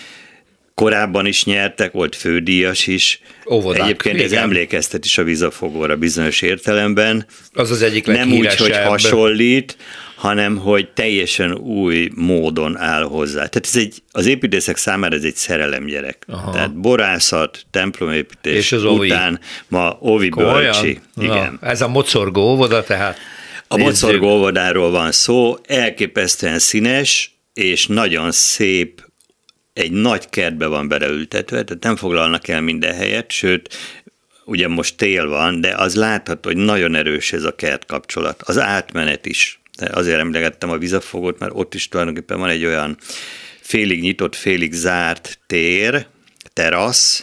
Speaker 6: korábban is nyertek, volt fődíjas is.
Speaker 1: Óvodák.
Speaker 6: Egyébként igen. Ez emlékeztet is a Vizafogóra bizonyos értelemben.
Speaker 1: Az az egyik
Speaker 6: nem úgy, hogy hasonlít, hanem hogy teljesen új módon áll hozzá. Tehát ez egy, az építészek számára ez egy szerelemgyerek. Aha. Tehát borászat, templomépítés és az után ovi. Ma Ovi bölcsi. Igen.
Speaker 1: Na, ez a mocorgó óvoda, tehát.
Speaker 6: A mocorgó óvodáról van szó, elképesztően színes, és nagyon szép, egy nagy kertbe van beleültetve, tehát nem foglalnak el minden helyet, sőt, ugye most tél van, de az látható, hogy nagyon erős ez a kert kapcsolat. Az átmenet is. De azért emlegettem a Vizafogót, mert ott is tulajdonképpen van egy olyan félig nyitott, félig zárt tér, terasz,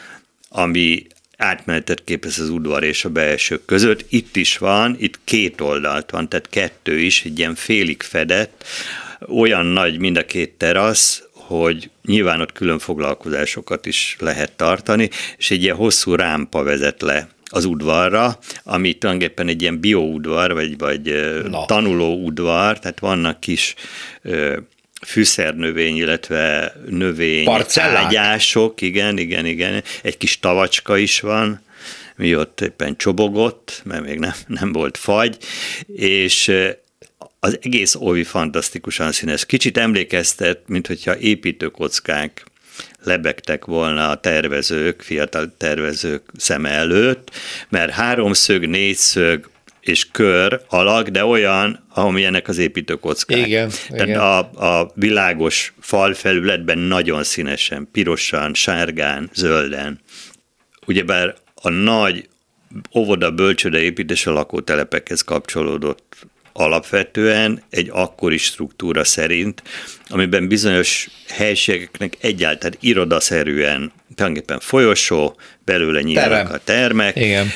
Speaker 6: ami átmenetet képez az udvar és a belsők között. Itt is van, itt két oldalt van, tehát kettő is, egy ilyen félig fedett, olyan nagy mind a két terasz, hogy nyilván ott külön foglalkozásokat is lehet tartani, és egy ilyen hosszú rámpa vezet le az udvarra, ami tulajdonképpen egy ilyen bioudvar, vagy, vagy tanulóudvar, tehát vannak kis ö, fűszernövény, illetve növény ágyások, igen, igen, igen, egy kis tavacska is van, mi ott éppen csobogott, mert még nem, nem volt fagy, és az egész óvi fantasztikusan színes. Kicsit emlékeztet, mint hogyha építőkockák lebegtek volna a tervezők, fiatal tervezők szeme előtt, mert háromszög, négyszög és kör alak, de olyan, amilyenek az építőkockák.
Speaker 1: Igen,
Speaker 6: Tehát
Speaker 1: igen.
Speaker 6: A, a világos falfelületben nagyon színesen, pirosan, sárgán, zölden. Ugyebár a nagy óvoda bölcsőde építés a lakótelepekhez kapcsolódott alapvetően egy akkori struktúra szerint, amiben bizonyos helységeknek egyáltalán irodaszerűen, tulajdonképpen folyosó, belőle nyílnak a termek.
Speaker 1: Igen.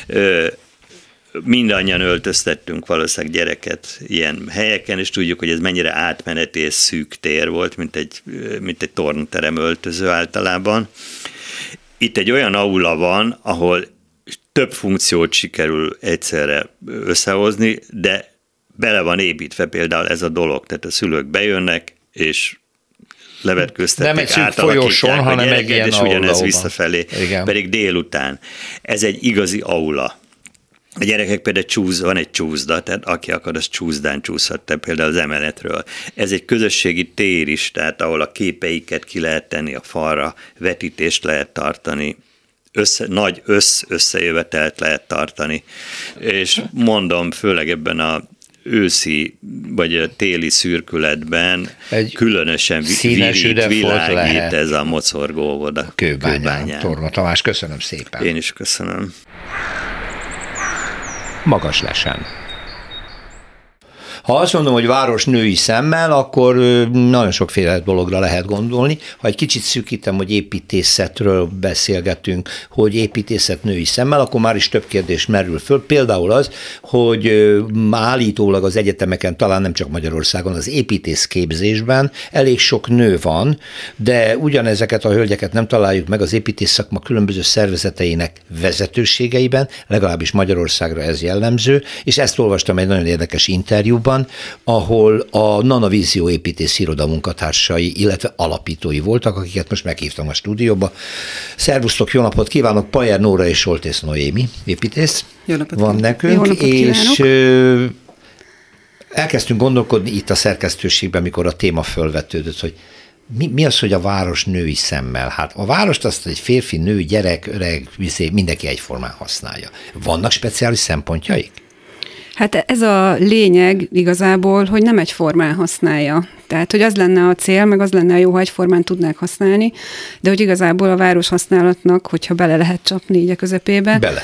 Speaker 6: Mindannyian öltöztettünk valószínűleg gyereket ilyen helyeken, és tudjuk, hogy ez mennyire átmeneti és szűk tér volt, mint egy, mint egy tornterem öltöző általában. Itt egy olyan aula van, ahol több funkciót sikerül egyszerre összehozni, de bele van építve például ez a dolog, tehát a szülők bejönnek, és levetköztetik,
Speaker 1: nem egy szűk folyosón, hanem egy ilyen
Speaker 6: és ugyanez visszafelé,
Speaker 1: igen.
Speaker 6: Pedig délután. Ez egy igazi aula. A gyerekek például csúsz, van egy csúszda, tehát aki akar, az csúszdán csúszhat, tehát például az emeletről. Ez egy közösségi tér is, tehát ahol a képeiket ki lehet tenni a falra, vetítést lehet tartani, Össze, nagy össz, összejövetelt lehet tartani. És mondom, főleg ebben a őszi vagy a téli szürkületben egy különösen virít, világít ez a mocorgó óvoda.
Speaker 1: Kőbányán. Torma Tamás, köszönöm szépen.
Speaker 6: Én is köszönöm.
Speaker 1: Magas lesen. Ha azt mondom, hogy város női szemmel, akkor nagyon sokféle dologra lehet gondolni. Ha egy kicsit szűkítem, hogy építészetről beszélgetünk, hogy építészet női szemmel, akkor már is több kérdés merül föl. Például az, hogy állítólag az egyetemeken, talán nem csak Magyarországon, az építészképzésben elég sok nő van, de ugyanezeket a hölgyeket nem találjuk meg az építész szakma különböző szervezeteinek vezetőségeiben, legalábbis Magyarországra ez jellemző, és ezt olvastam egy nagyon érdekes interjúban, ahol a Nanavízió építész iroda munkatársai, illetve alapítói voltak, akiket most meghívtam a stúdióba. Szervusztok, jó napot kívánok! Pajer Nóra és Soltész Noémi építész
Speaker 7: jó napot
Speaker 1: van nekünk,
Speaker 7: jó napot
Speaker 1: és ö, elkezdtünk gondolkodni itt a szerkesztőségben, mikor a téma fölvetődött, hogy mi, mi az, hogy a város női szemmel? Hát a várost azt egy férfi, nő, gyerek, öreg, mindenki egyformán használja. Vannak speciális szempontjaik?
Speaker 7: Hát ez a lényeg igazából, hogy nem egyformán használja. Tehát, hogy az lenne a cél, meg az lenne a jó, ha egyformán tudnák használni, de hogy igazából a város használatnak, hogyha bele lehet csapni így a közepébe.
Speaker 1: Bele.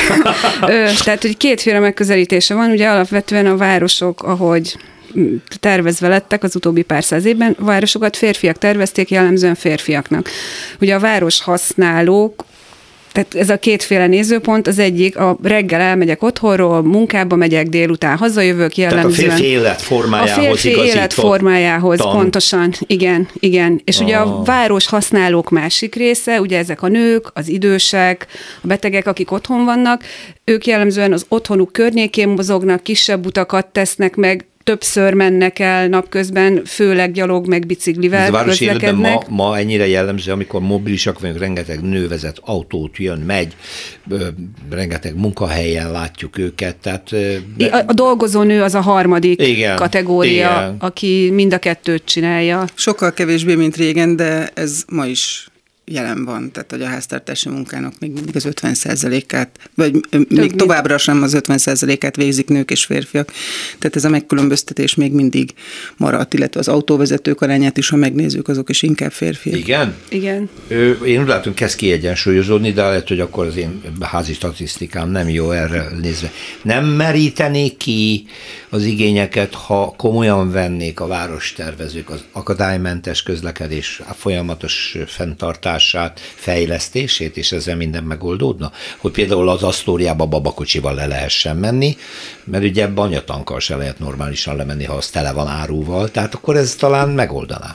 Speaker 7: Tehát, hogy kétféle megközelítése van, ugye alapvetően a városok, ahogy tervezve lettek az utóbbi pár száz évben, a városokat férfiak tervezték, jellemzően férfiaknak. Ugye a város használók, tehát ez a kétféle nézőpont, az egyik, a reggel elmegyek otthonról, munkába megyek, délután hazajövök, jellemzően.
Speaker 1: Tehát a férfi életformájához
Speaker 7: A férfi életformájához, tan. pontosan, igen, igen. És oh. ugye a város használók másik része, ugye ezek a nők, az idősek, a betegek, akik otthon vannak, ők jellemzően az otthonuk környékén mozognak, kisebb utakat tesznek meg, többször mennek el napközben, főleg gyalog, meg biciklivel
Speaker 1: közlekednek. A városi életben ma, ma ennyire jellemző, amikor mobilisak vagyunk, rengeteg nő vezet autót, jön, megy, rengeteg munkahelyen látjuk őket. Tehát,
Speaker 7: de... a, a dolgozó nő az a harmadik
Speaker 1: igen,
Speaker 7: kategória,
Speaker 1: igen.
Speaker 7: aki mind a kettőt csinálja.
Speaker 8: Sokkal kevésbé, mint régen, de ez ma is jelen van, tehát hogy a háztartási munkának még mindig az ötven százalékát, vagy Több még továbbra sem az ötven százalékát végzik nők és férfiak. Tehát ez a megkülönböztetés még mindig maradt, illetve az autóvezetők arányát is, ha megnézzük, azok is inkább férfiak.
Speaker 1: Igen?
Speaker 7: Igen.
Speaker 1: Ő, én úgy látom, kezd kiegyensúlyozódni, de lehet, hogy akkor az én házi statisztikám nem jó erre nézve. Nem merítenék ki az igényeket, ha komolyan vennék a várostervezők az akadálymentes közlekedés, a folyamatos fenntartását, fejlesztését, és ezzel minden megoldódna? Hogy például az Asztóriába babakocsival le lehessen menni, mert ugye ebbe anyatankkal se lehet normálisan lemenni, ha az tele van áruval, tehát akkor ez talán megoldaná.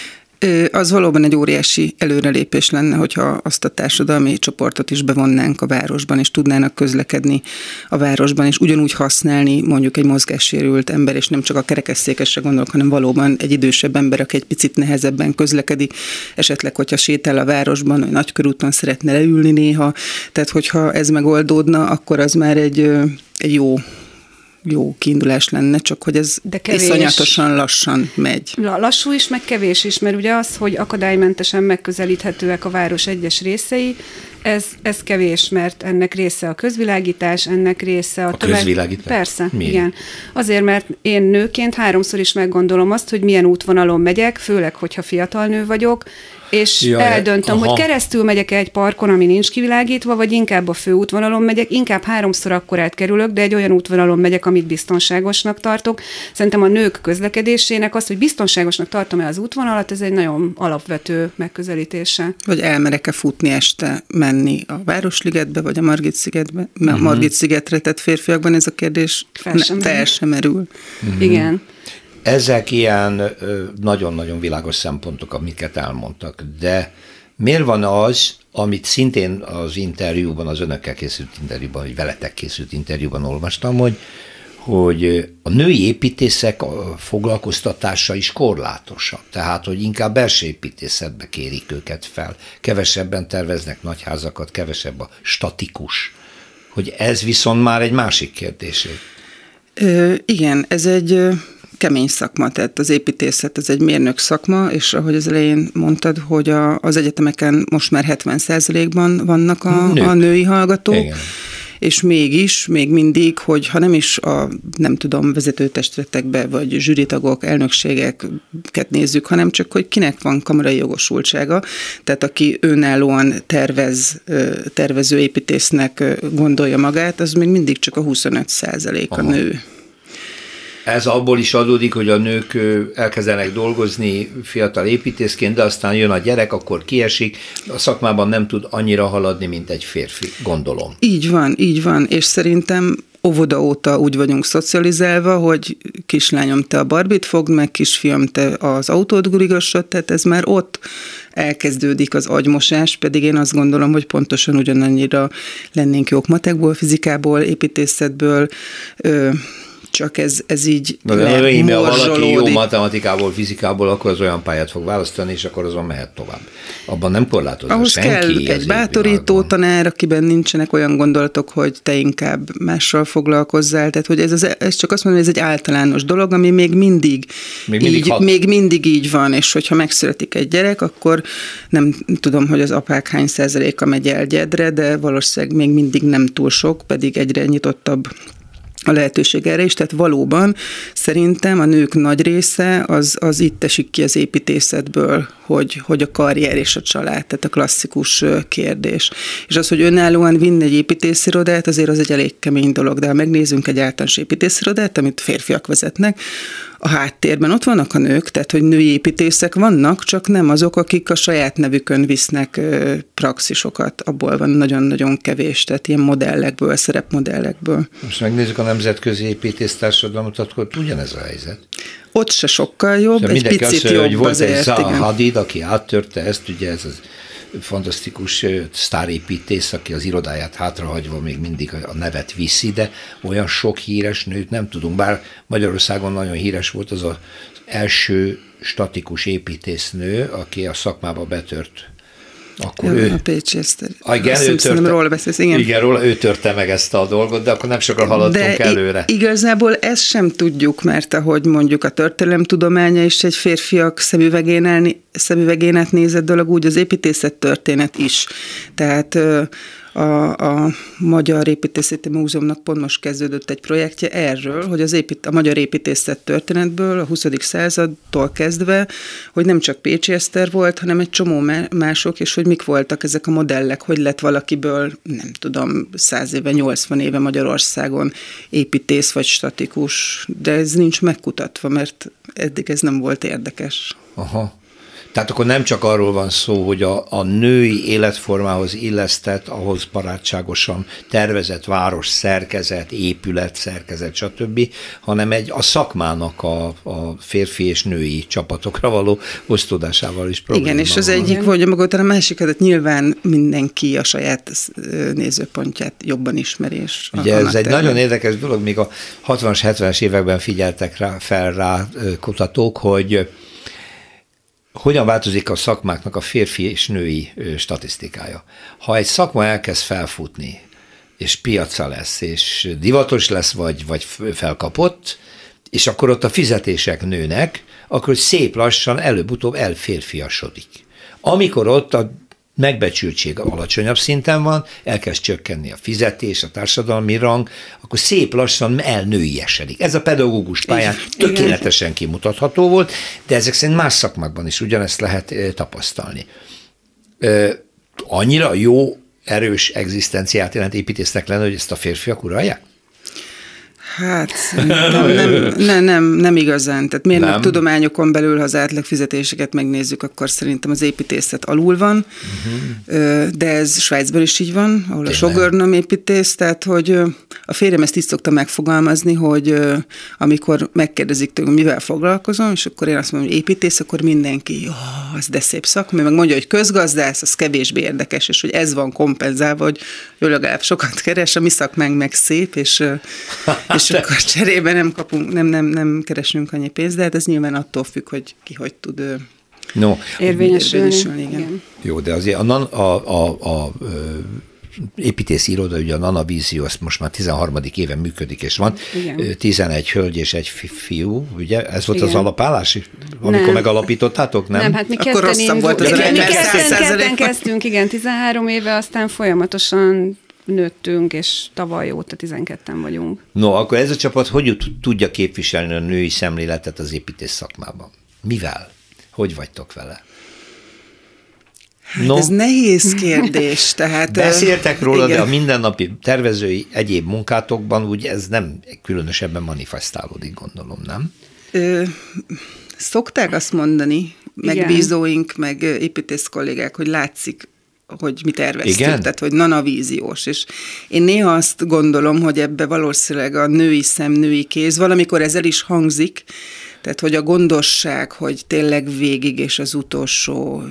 Speaker 8: Az valóban egy óriási előrelépés lenne, hogyha azt a társadalmi csoportot is bevonnánk a városban, és tudnának közlekedni a városban, és ugyanúgy használni mondjuk egy mozgássérült ember, és nem csak a kerekesszékesre gondolok, hanem valóban egy idősebb ember, aki egy picit nehezebben közlekedik, esetleg, hogyha sétál a városban, vagy nagykörúton szeretne leülni néha, tehát hogyha ez megoldódna, akkor az már egy, egy jó jó kiindulás lenne, csak hogy ez iszonyatosan lassan megy.
Speaker 7: Lassú is, meg kevés is, mert ugye az, hogy akadálymentesen megközelíthetőek a város egyes részei, ez, ez kevés, mert ennek része a közvilágítás, ennek része a,
Speaker 1: a
Speaker 7: tömeg...
Speaker 1: közvilágítás?
Speaker 7: Persze,
Speaker 1: Miért?
Speaker 7: igen. Azért, mert én nőként háromszor is meggondolom azt, hogy milyen útvonalon megyek, főleg, hogyha fiatal nő vagyok, és ja, eldöntöm, aha. hogy keresztül megyek egy parkon, ami nincs kivilágítva, vagy inkább a főútvonalon megyek, inkább háromszor akkor átkerülök, de egy olyan útvonalon megyek, amit biztonságosnak tartok. Szerintem a nők közlekedésének az, hogy biztonságosnak tartom-e az útvonalat, ez egy nagyon alapvető megközelítése.
Speaker 8: Vagy elmerek-e futni este, menni a Városligetbe, vagy a Margit-szigetbe, mert uh-huh. a Margit-szigetre tett férfiakban ez a kérdés fel sem merül.
Speaker 7: Uh-huh. Igen.
Speaker 1: Ezek ilyen nagyon-nagyon világos szempontok, amiket elmondtak, de miért van az, amit szintén az interjúban, az önökkel készült interjúban, vagy veletek készült interjúban olvastam, hogy, hogy a női építészek foglalkoztatása is korlátosabb, tehát, hogy inkább belső építészetbe kérik őket fel, kevesebben terveznek nagyházakat, kevesebb a statikus, hogy ez viszont már egy másik kérdés.
Speaker 8: Ö, igen, ez egy kemény szakma, tehát az építészet, ez egy mérnök szakma, és ahogy az elején mondtad, hogy a, az egyetemeken most már hetven százalékban vannak a, a női hallgatók, igen. És mégis, még mindig, hogy ha nem is a, nem tudom, vezetőtestületekbe, vagy zsűritagok, elnökségeket nézzük, hanem csak, hogy kinek van kamarai jogosultsága, tehát aki önállóan tervez, tervező építésznek gondolja magát, az még mindig csak a huszonöt százalék a nő.
Speaker 1: Ez abból is adódik, hogy a nők elkezdenek dolgozni fiatal építészként, de aztán jön a gyerek, akkor kiesik, a szakmában nem tud annyira haladni, mint egy férfi, gondolom.
Speaker 8: Így van, így van, és szerintem óvoda óta úgy vagyunk szocializálva, hogy kislányom, te a Barbit fogd meg, kisfiam, te az autót gurigassad, tehát ez már ott elkezdődik az agymosás, pedig én azt gondolom, hogy pontosan ugyanannyira lennénk jók matekból, fizikából, építészetből, ö, csak ez, ez így
Speaker 1: Na, de ha valaki jó matematikából, fizikából, akkor az olyan pályát fog választani, és akkor azon mehet tovább. Abban nem korlátozza
Speaker 8: ahhoz
Speaker 1: senki.
Speaker 8: Ahhoz kell egy bátorító tanár, akiben nincsenek olyan gondolatok, hogy te inkább mással foglalkozzál. Tehát, hogy ez, az, ez csak azt mondom, hogy ez egy általános dolog, ami még mindig, még mindig, így, még mindig így van, és hogyha megszületik egy gyerek, akkor nem tudom, hogy az apák hány százaléka megy el gyedre, de valószínűleg még mindig nem túl sok, pedig egyre nyitottabb a lehetőség erre is, tehát valóban szerintem a nők nagy része az, az itt esik ki az építészetből, hogy, hogy a karrier és a család, tehát a klasszikus kérdés. És az, hogy önállóan vinni egy építészirodát, azért az egy elég kemény dolog, de ha megnézzünk egy általános építészirodát, amit férfiak vezetnek, a háttérben ott vannak a nők, tehát hogy női építészek vannak, csak nem azok, akik a saját nevükön visznek praxisokat, abból van nagyon-nagyon kevés, tehát ilyen modellekből, szerepmodellekből.
Speaker 1: Most megnézzük a nemzetközi építésztársadalmat, akkor ugyanez a helyzet.
Speaker 8: Ott se sokkal jobb,
Speaker 1: szóval
Speaker 8: egy picit
Speaker 1: azt,
Speaker 8: jobb
Speaker 1: hogy volt
Speaker 8: azért.
Speaker 1: Egy Zaha
Speaker 8: igen.
Speaker 1: Hadid, aki áttörte ezt, ugye ez az fantasztikus sztárépítész, aki az irodáját hátrahagyva még mindig a nevet viszi, de olyan sok híres nőt nem tudunk, bár Magyarországon nagyon híres volt az az első statikus építésznő, aki a szakmába betört. Akkor
Speaker 8: ja,
Speaker 1: ő,
Speaker 8: a Pécsi Eszter.
Speaker 1: Igen, ő törte,
Speaker 8: róla beszélsz, igen.
Speaker 1: Igen, róla, ő törte meg ezt a dolgot, de akkor nem sokan haladtunk de előre.
Speaker 8: Igazából ezt sem tudjuk, mert ahogy mondjuk a történelemtudománya is egy férfiak szemüvegén át nézett dolog, úgy az építészettörténet is. Tehát a, a Magyar Építészeti Múzeumnak pont most kezdődött egy projektje erről, hogy az épít, a magyar építészet történetből a huszadik századtól kezdve, hogy nem csak Pécsi Eszter volt, hanem egy csomó mások, és hogy mik voltak ezek a modellek, hogy lett valakiből, nem tudom, száz éve, nyolcvan éve Magyarországon építész vagy statikus, de ez nincs megkutatva, mert eddig ez nem volt érdekes.
Speaker 1: Aha. Tehát akkor nem csak arról van szó, hogy a, a női életformához illesztett, ahhoz barátságosan tervezett város szerkezet, épület szerkezet, stb., hanem egy a szakmának a, a férfi és női csapatokra való osztódásával is probléma.
Speaker 8: Igen, és az
Speaker 1: van.
Speaker 8: egyik vagy maga után a másik, tehát nyilván mindenki a saját nézőpontját jobban ismeri. És
Speaker 1: ugye ez egy nagyon érdekes dolog, még a hatvanas, hetvenes években figyeltek rá, fel rá kutatók, hogy hogyan változik a szakmáknak a férfi és női statisztikája. Ha egy szakma elkezd felfutni, és piaca lesz, és divatos lesz, vagy, vagy felkapott, és akkor ott a fizetések nőnek, akkor szép lassan előbb-utóbb elférfiasodik. Amikor ott a megbecsültség alacsonyabb szinten van, elkezd csökkenni a fizetés, a társadalmi rang, akkor szép lassan elnőiesedik. Ez a pedagógus pályán igen, tökéletesen kimutatható volt, de ezek szerint más szakmákban is ugyanezt lehet tapasztalni. Annyira jó, erős egzisztenciát jelent építésznek lenne, hogy ezt a férfiak uralják?
Speaker 8: Hát nem, nem, nem, nem, nem igazán. Tehát mérnök tudományokon belül, ha az átlag fizetéseket megnézzük, akkor szerintem az építészet alul van, uh-huh. de ez Svájcban is így van, ahol Tényleg. a sogörnöm építész, tehát hogy a férjem ezt így szokta megfogalmazni, hogy amikor megkérdezik tőlem, mivel foglalkozom, és akkor én azt mondom, hogy építész, akkor mindenki, jó, az de szép szakma, meg mondja, hogy közgazdász, az kevésbé érdekes, és hogy ez van kompenzálva, hogy ő legalább sokat keres, a mi szakmánk meg szép, és és akkor cserébe nem kapunk, nem, nem, nem keresünk annyi pénzt, de hát ez nyilván attól függ, hogy ki hogy tud
Speaker 7: no. érvényesülni.
Speaker 8: érvényesülni igen. Igen.
Speaker 1: Jó, de azért a, a, a, a, a építészi iroda, ugye a Nanavízió, azt most már tizenharmadik éve működik, és van igen. tizenegy hölgy és egy fiú, ugye? Ez volt igen. az alapállás, amikor nem. megalapítottátok, nem?
Speaker 7: Nem, hát mi
Speaker 8: akkor rosszabb volt az
Speaker 7: arány, mert ketten kezdtünk, igen, tizenhárom éve, aztán folyamatosan nőttünk, és tavaly óta tizenketten vagyunk.
Speaker 1: No, akkor ez a csapat hogy tudja képviselni a női szemléletet az építész szakmában? Mivel? Hogy vagytok vele?
Speaker 8: Hát no. Ez nehéz kérdés. Tehát,
Speaker 1: beszéltek róla, igen. de a mindennapi tervezői egyéb munkátokban úgy ez nem különösebben manifestálódik, gondolom, nem? Ö,
Speaker 8: szokták azt mondani, meg igen. bízóink, meg építész kollégák, hogy látszik, hogy mi terveztük, igen? Tehát, hogy nanavíziós, és én néha azt gondolom, hogy ebbe valószínűleg a női szem, női kéz, valamikor ez el is hangzik, Tehát, hogy a gondosság, hogy tényleg végig és az utolsó,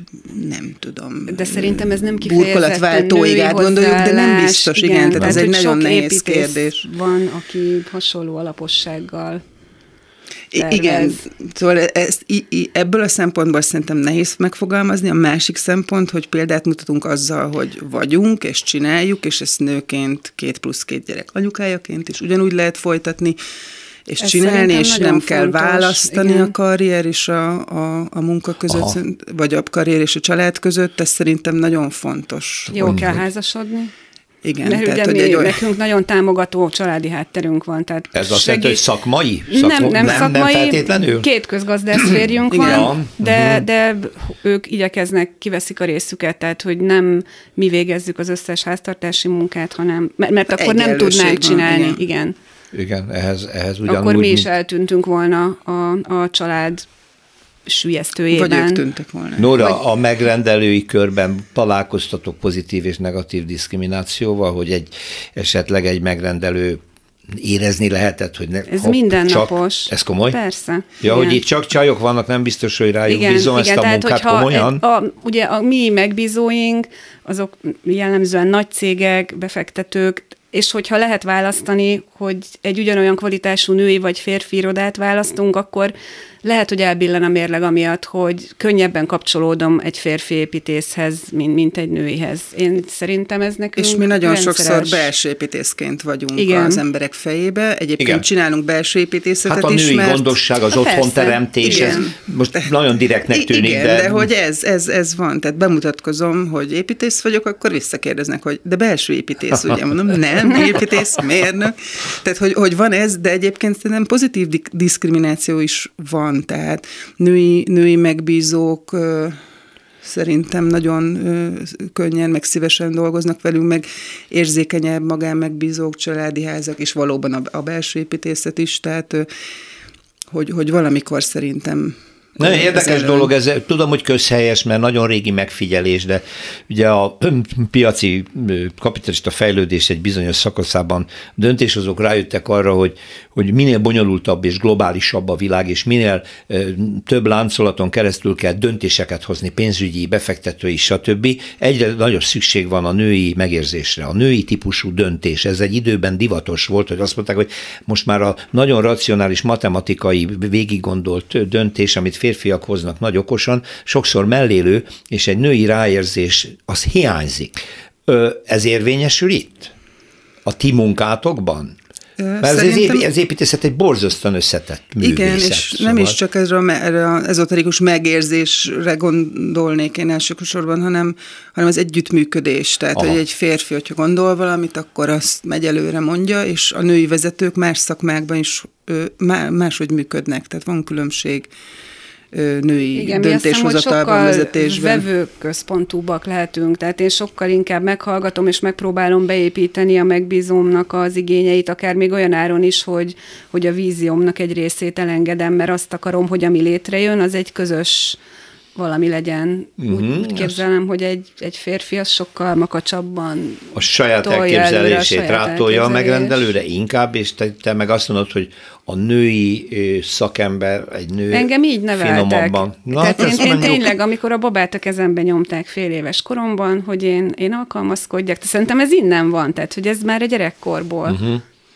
Speaker 8: nem tudom.
Speaker 7: De szerintem ez nem kifejezetten női
Speaker 8: gondoljuk, de nem biztos, igen, igen, tehát ez egy nagyon nehéz kérdés.
Speaker 7: Van, aki hasonló alapossággal
Speaker 8: tervez. Igen, szóval ezt, ebből a szempontból szerintem nehéz megfogalmazni. A másik szempont, hogy példát mutatunk azzal, hogy vagyunk, és csináljuk, és ezt nőként, két plusz két gyerek anyukájaként is ugyanúgy lehet folytatni, és ez csinálni, és nem fontos, kell választani igen. a karrier és a, a, a munka között, Aha. vagy a karrier és a család között, ez szerintem nagyon fontos.
Speaker 7: Jó Mondjuk. kell házasodni.
Speaker 8: Igen,
Speaker 7: mert tehát, ugye mi, olyan... nekünk nagyon támogató családi hátterünk van. Tehát
Speaker 1: ez azt jelenti, hogy szakmai? Szakma,
Speaker 7: nem, nem, nem szakmai,
Speaker 1: nem feltétlenül?
Speaker 7: Két közgazdász férjünk van, de, de ők igyekeznek, kiveszik a részüket, tehát hogy nem mi végezzük az összes háztartási munkát, hanem, mert, mert akkor nem tudnánk csinálni. Van, igen.
Speaker 1: igen. Igen, ehhez, ehhez ugyanúgy.
Speaker 7: Akkor mi is eltűntünk volna a, a család sülyeztőjében.
Speaker 8: Vagy ők tűntek volna.
Speaker 1: Nóra,
Speaker 7: Vagy...
Speaker 1: a megrendelői körben találkoztatok pozitív és negatív diszkriminációval, hogy egy esetleg egy megrendelő érezni lehetett, hogy ne,
Speaker 7: ez hopp, mindennapos.
Speaker 1: Csak, ez komoly?
Speaker 7: Persze.
Speaker 1: Ja, igen. Hogy itt csak csajok vannak, nem biztos, hogy rájuk igen, bízom igen, ezt a tehát, munkát komolyan?
Speaker 7: A, a, ugye a mi megbízóink, azok jellemzően nagy cégek, befektetők, és hogyha lehet választani, hogy egy ugyanolyan kvalitású női vagy férfi irodát választunk, akkor lehet, hogy elbillen a mérleg amiatt, hogy könnyebben kapcsolódom egy férfi építészhez, mint, mint egy nőihez. Én szerintem ez nekünk
Speaker 8: És mi nagyon
Speaker 7: rendszeres.
Speaker 8: sokszor belső építészként vagyunk
Speaker 7: igen.
Speaker 8: az emberek fejébe. Egyébként igen. csinálunk belső építészetet is,
Speaker 1: hát a női
Speaker 8: is, mert...
Speaker 1: gondosság, az otthonteremtés, ez most nagyon direktnek tűnik,
Speaker 8: igen,
Speaker 1: de...
Speaker 8: de hogy ez, ez, ez van. Tehát bemutatkozom, hogy építész vagyok, akkor visszakérdeznek, hogy de belső építész, ugye mondom, nem, építész, mérnök. Tehát, hogy, hogy van ez, de egyébként szerintem pozitív diszkrimináció is van. Tehát női, női megbízók ö, szerintem nagyon ö, könnyen, meg szívesen dolgoznak velünk, meg érzékenyebb magánmegbízók, családi házak, és valóban a, a belső építészet is, tehát ö, hogy, hogy valamikor szerintem...
Speaker 1: Nagyon érdekes ez dolog, ez, tudom, hogy közhelyes, mert nagyon régi megfigyelés, de ugye a piaci kapitalista fejlődés egy bizonyos szakaszában döntéshozók rájöttek arra, hogy, hogy minél bonyolultabb és globálisabb a világ, és minél több láncolaton keresztül kell döntéseket hozni, pénzügyi, befektetői, stb. Egyre nagyobb szükség van a női megérzésre. A női típusú döntés, ez egy időben divatos volt, hogy azt mondták, hogy most már a nagyon racionális matematikai végiggondolt döntés, amit férfiak hoznak nagy okosan, sokszor mellélő, és egy női ráérzés, az hiányzik. Ez érvényesül itt? A ti munkátokban? Mert Szerintem... az építészet egy borzasztóan összetett művészet.
Speaker 8: Igen, és szóval... nem is csak erre az ezoterikus megérzésre gondolnék én elsősorban, hanem, hanem az együttműködés. Tehát, Aha. hogy egy férfi, hogyha gondol valamit, akkor azt megy előre mondja, és a női vezetők más szakmákban is máshogy működnek. Tehát van különbség női igen, döntéshozatalban, vezetésben.
Speaker 7: Vevőközpontúbbak lehetünk, tehát én sokkal inkább meghallgatom, és megpróbálom beépíteni a megbízómnak az igényeit, akár még olyan áron is, hogy, hogy a víziómnak egy részét elengedem, mert azt akarom, hogy ami létrejön, az egy közös valami legyen. Uh-huh. Úgy, úgy képzelem, hogy egy, egy férfi az sokkal makacsabban
Speaker 1: a saját elképzelését rátolja a megrendelőre inkább, és te, te meg azt mondod, hogy a női szakember, egy nő
Speaker 7: engem így neveltek. Na, Tehát hát én, én tényleg, amikor a babát a kezembe nyomták fél éves koromban, hogy én, én alkalmazkodjak, de szerintem ez innen van, tehát hogy ez már a gyerekkorból. Uh-huh.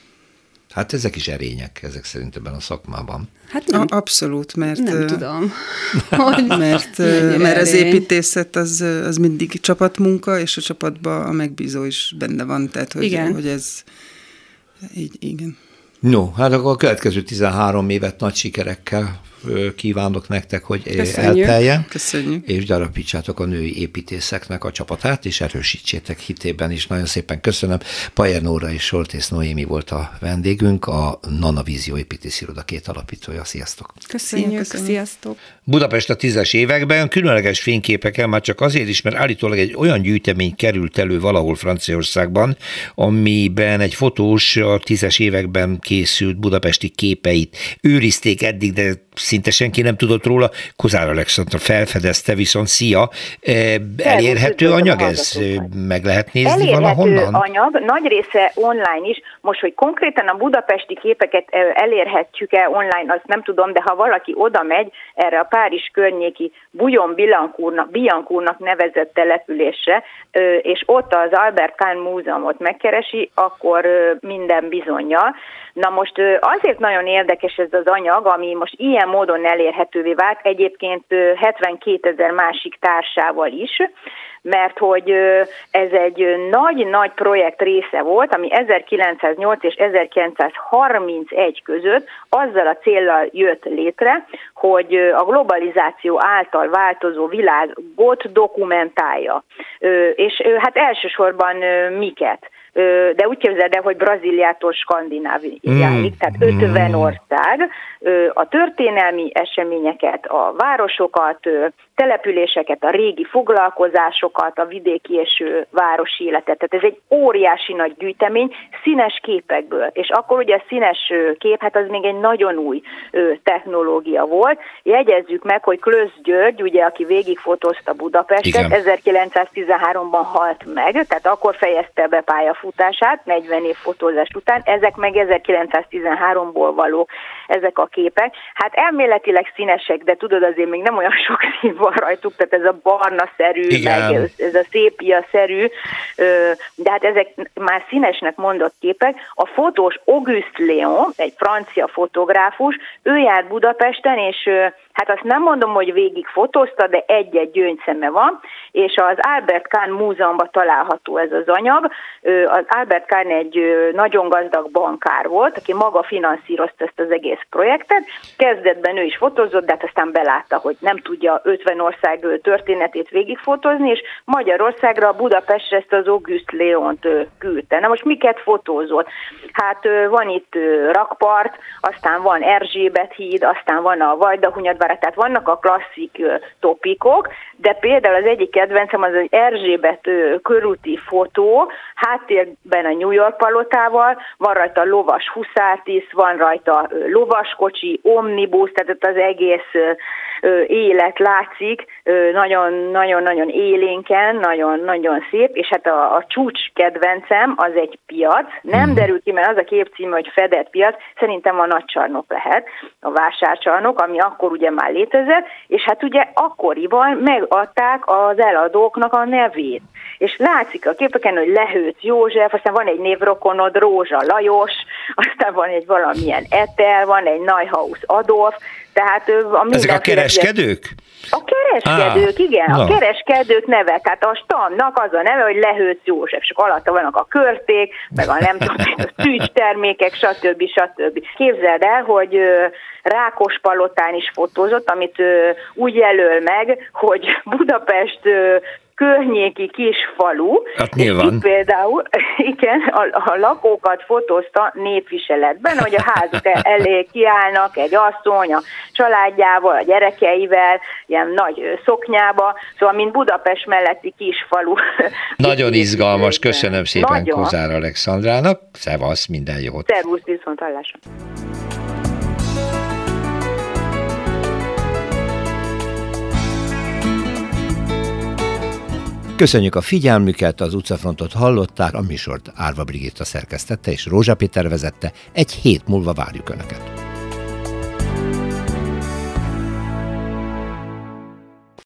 Speaker 1: Hát ezek is erények, ezek szerint ebben a szakmában.
Speaker 7: Hát nem,
Speaker 8: abszolút, mert...
Speaker 7: Nem uh, tudom. Hogy
Speaker 8: mert mert az építészet az, az mindig csapatmunka, és a csapatban a megbízó is benne van, tehát hogy, igen. hogy ez... Így, igen.
Speaker 1: No, hát akkor a következő tizenhárom évet nagy sikerekkel kívánok nektek, hogy Köszönjük. elteljen.
Speaker 8: Köszönjük.
Speaker 1: És gyarapítsátok a női építészeknek a csapatát, és erősítsétek hitében is. Nagyon szépen köszönöm. Pajer Nóra és Soltész Noémi volt a vendégünk, a Nanavízió építésziroda két alapítója. Sziasztok!
Speaker 7: Köszönjük, Köszönjük. Sziasztok!
Speaker 1: Budapest a tízes években különleges fényképekkel már csak azért is, mert állítólag egy olyan gyűjtemény került elő valahol Franciaországban, amiben egy fotós a tízes években készült budapesti képeit őrizték eddig, de szinte senki nem tudott róla. Kozár Alexandra felfedezte, viszont szia, elérhető anyag ez? Meg lehet nézni valahonnan?
Speaker 9: Elérhető anyag, nagy része online is. Most, hogy konkrétan a budapesti képeket elérhetjük-e online, azt nem tudom, de ha valaki oda megy erre a Párizs környéki Bouillon-Billancournak Billancournak nevezett településre, és ott az Albert Kahn Múzeumot megkeresi, akkor minden bizonnyal. Na most azért nagyon érdekes ez az anyag, ami most ilyen módon elérhetővé vált, egyébként hetvenkétezer másik társával is, mert hogy ez egy nagy-nagy projekt része volt, ami ezerkilencszáznyolc és ezerkilencszázharmincegy között azzal a céllal jött létre, hogy a globalizáció által változó világot dokumentálja. És hát elsősorban miket? De úgy képzeld el, hogy Brazíliától Skandináviáig, mm. tehát ötven ország, a történelmi eseményeket, a városokat, településeket, a régi foglalkozásokat, a vidéki és városi életet. Tehát ez egy óriási nagy gyűjtemény színes képekből. És akkor ugye a színes kép, hát az még egy nagyon új technológia volt. Jegyezzük meg, hogy Klösz György, ugye, aki végigfotózta Budapestet, igen, ezerkilencszáztizenháromban halt meg, tehát akkor fejezte be pályafutását, negyven év fotózás után, ezek meg ezerkilencszáztizenháromból való ezek a képek. Hát elméletileg színesek, de tudod, azért még nem olyan sok szín van rajtuk, tehát ez a barna-szerű, meg ez, ez a szépia-szerű, de hát ezek már színesnek mondott képek. A fotós Auguste Léon, egy francia fotográfus, ő járt Budapesten, és hát azt nem mondom, hogy végig fotózta, de egy-egy gyöngyszeme van, és az Albert Kahn Múzeumban található ez az anyag. Az Albert Kahn egy nagyon gazdag bankár volt, aki maga finanszírozta ezt az egész projektet. Kezdetben ő is fotózott, de hát aztán belátta, hogy nem tudja ötven ország történetét végigfotózni, és Magyarországra, Budapestre ezt az Auguste Léont küldte. Na most miket fotózott? Hát van itt rakpart, aztán van Erzsébet híd, aztán van a Vajdahunyad, tehát vannak a klasszik topikok, de például az egyik kedvencem az az Erzsébet körúti fotó, háttérben a New York palotával, van rajta lovas huszártiszt, van rajta lovaskocsi, omnibus, tehát az egész élet látszik, nagyon-nagyon-nagyon élénken, nagyon-nagyon szép, és hát a, a csúcs kedvencem az egy piac, nem derül ki, mert az a képcíme, hogy fedett piac, szerintem a Nagycsarnok lehet, a vásárcsarnok, ami akkor ugye már létezett, és hát ugye akkoriban megadták az eladóknak a nevét. És látszik a képeken, hogy Lehőc József, aztán van egy névrokonod, Rózsa Lajos, aztán van egy valamilyen Etel, van egy Neuhaus Adolf, tehát a
Speaker 1: ezek a kereskedők?
Speaker 9: A kereskedők, ah, igen, no. a kereskedők neve, tehát a stamnak az a neve, hogy Lehőc József, és alatta vannak a körték, meg a nem tudom, a tűztermékek, stb. stb. Képzeld el, hogy Rákospalotán is fotózott, amit úgy jelöl meg, hogy Budapest környéki kis falu.
Speaker 1: Hát nyilván.
Speaker 9: Itt például, igen, a, a lakókat fotózta népviseletben, hogy a házuk elé kiállnak egy asszony a családjával, a gyerekeivel, ilyen nagy szoknyába, szóval mint Budapest melletti kis falu.
Speaker 1: Nagyon izgalmas, köszönöm szépen Nagyon. Kozár Alexandrának, szevasz, minden jót.
Speaker 9: Szervusz, viszont hallásra.
Speaker 1: Köszönjük a figyelmüket, az utcafrontot hallották, a műsort Árva Brigitta szerkesztette és Rózsa Péter vezette, egy hét múlva várjuk Önöket.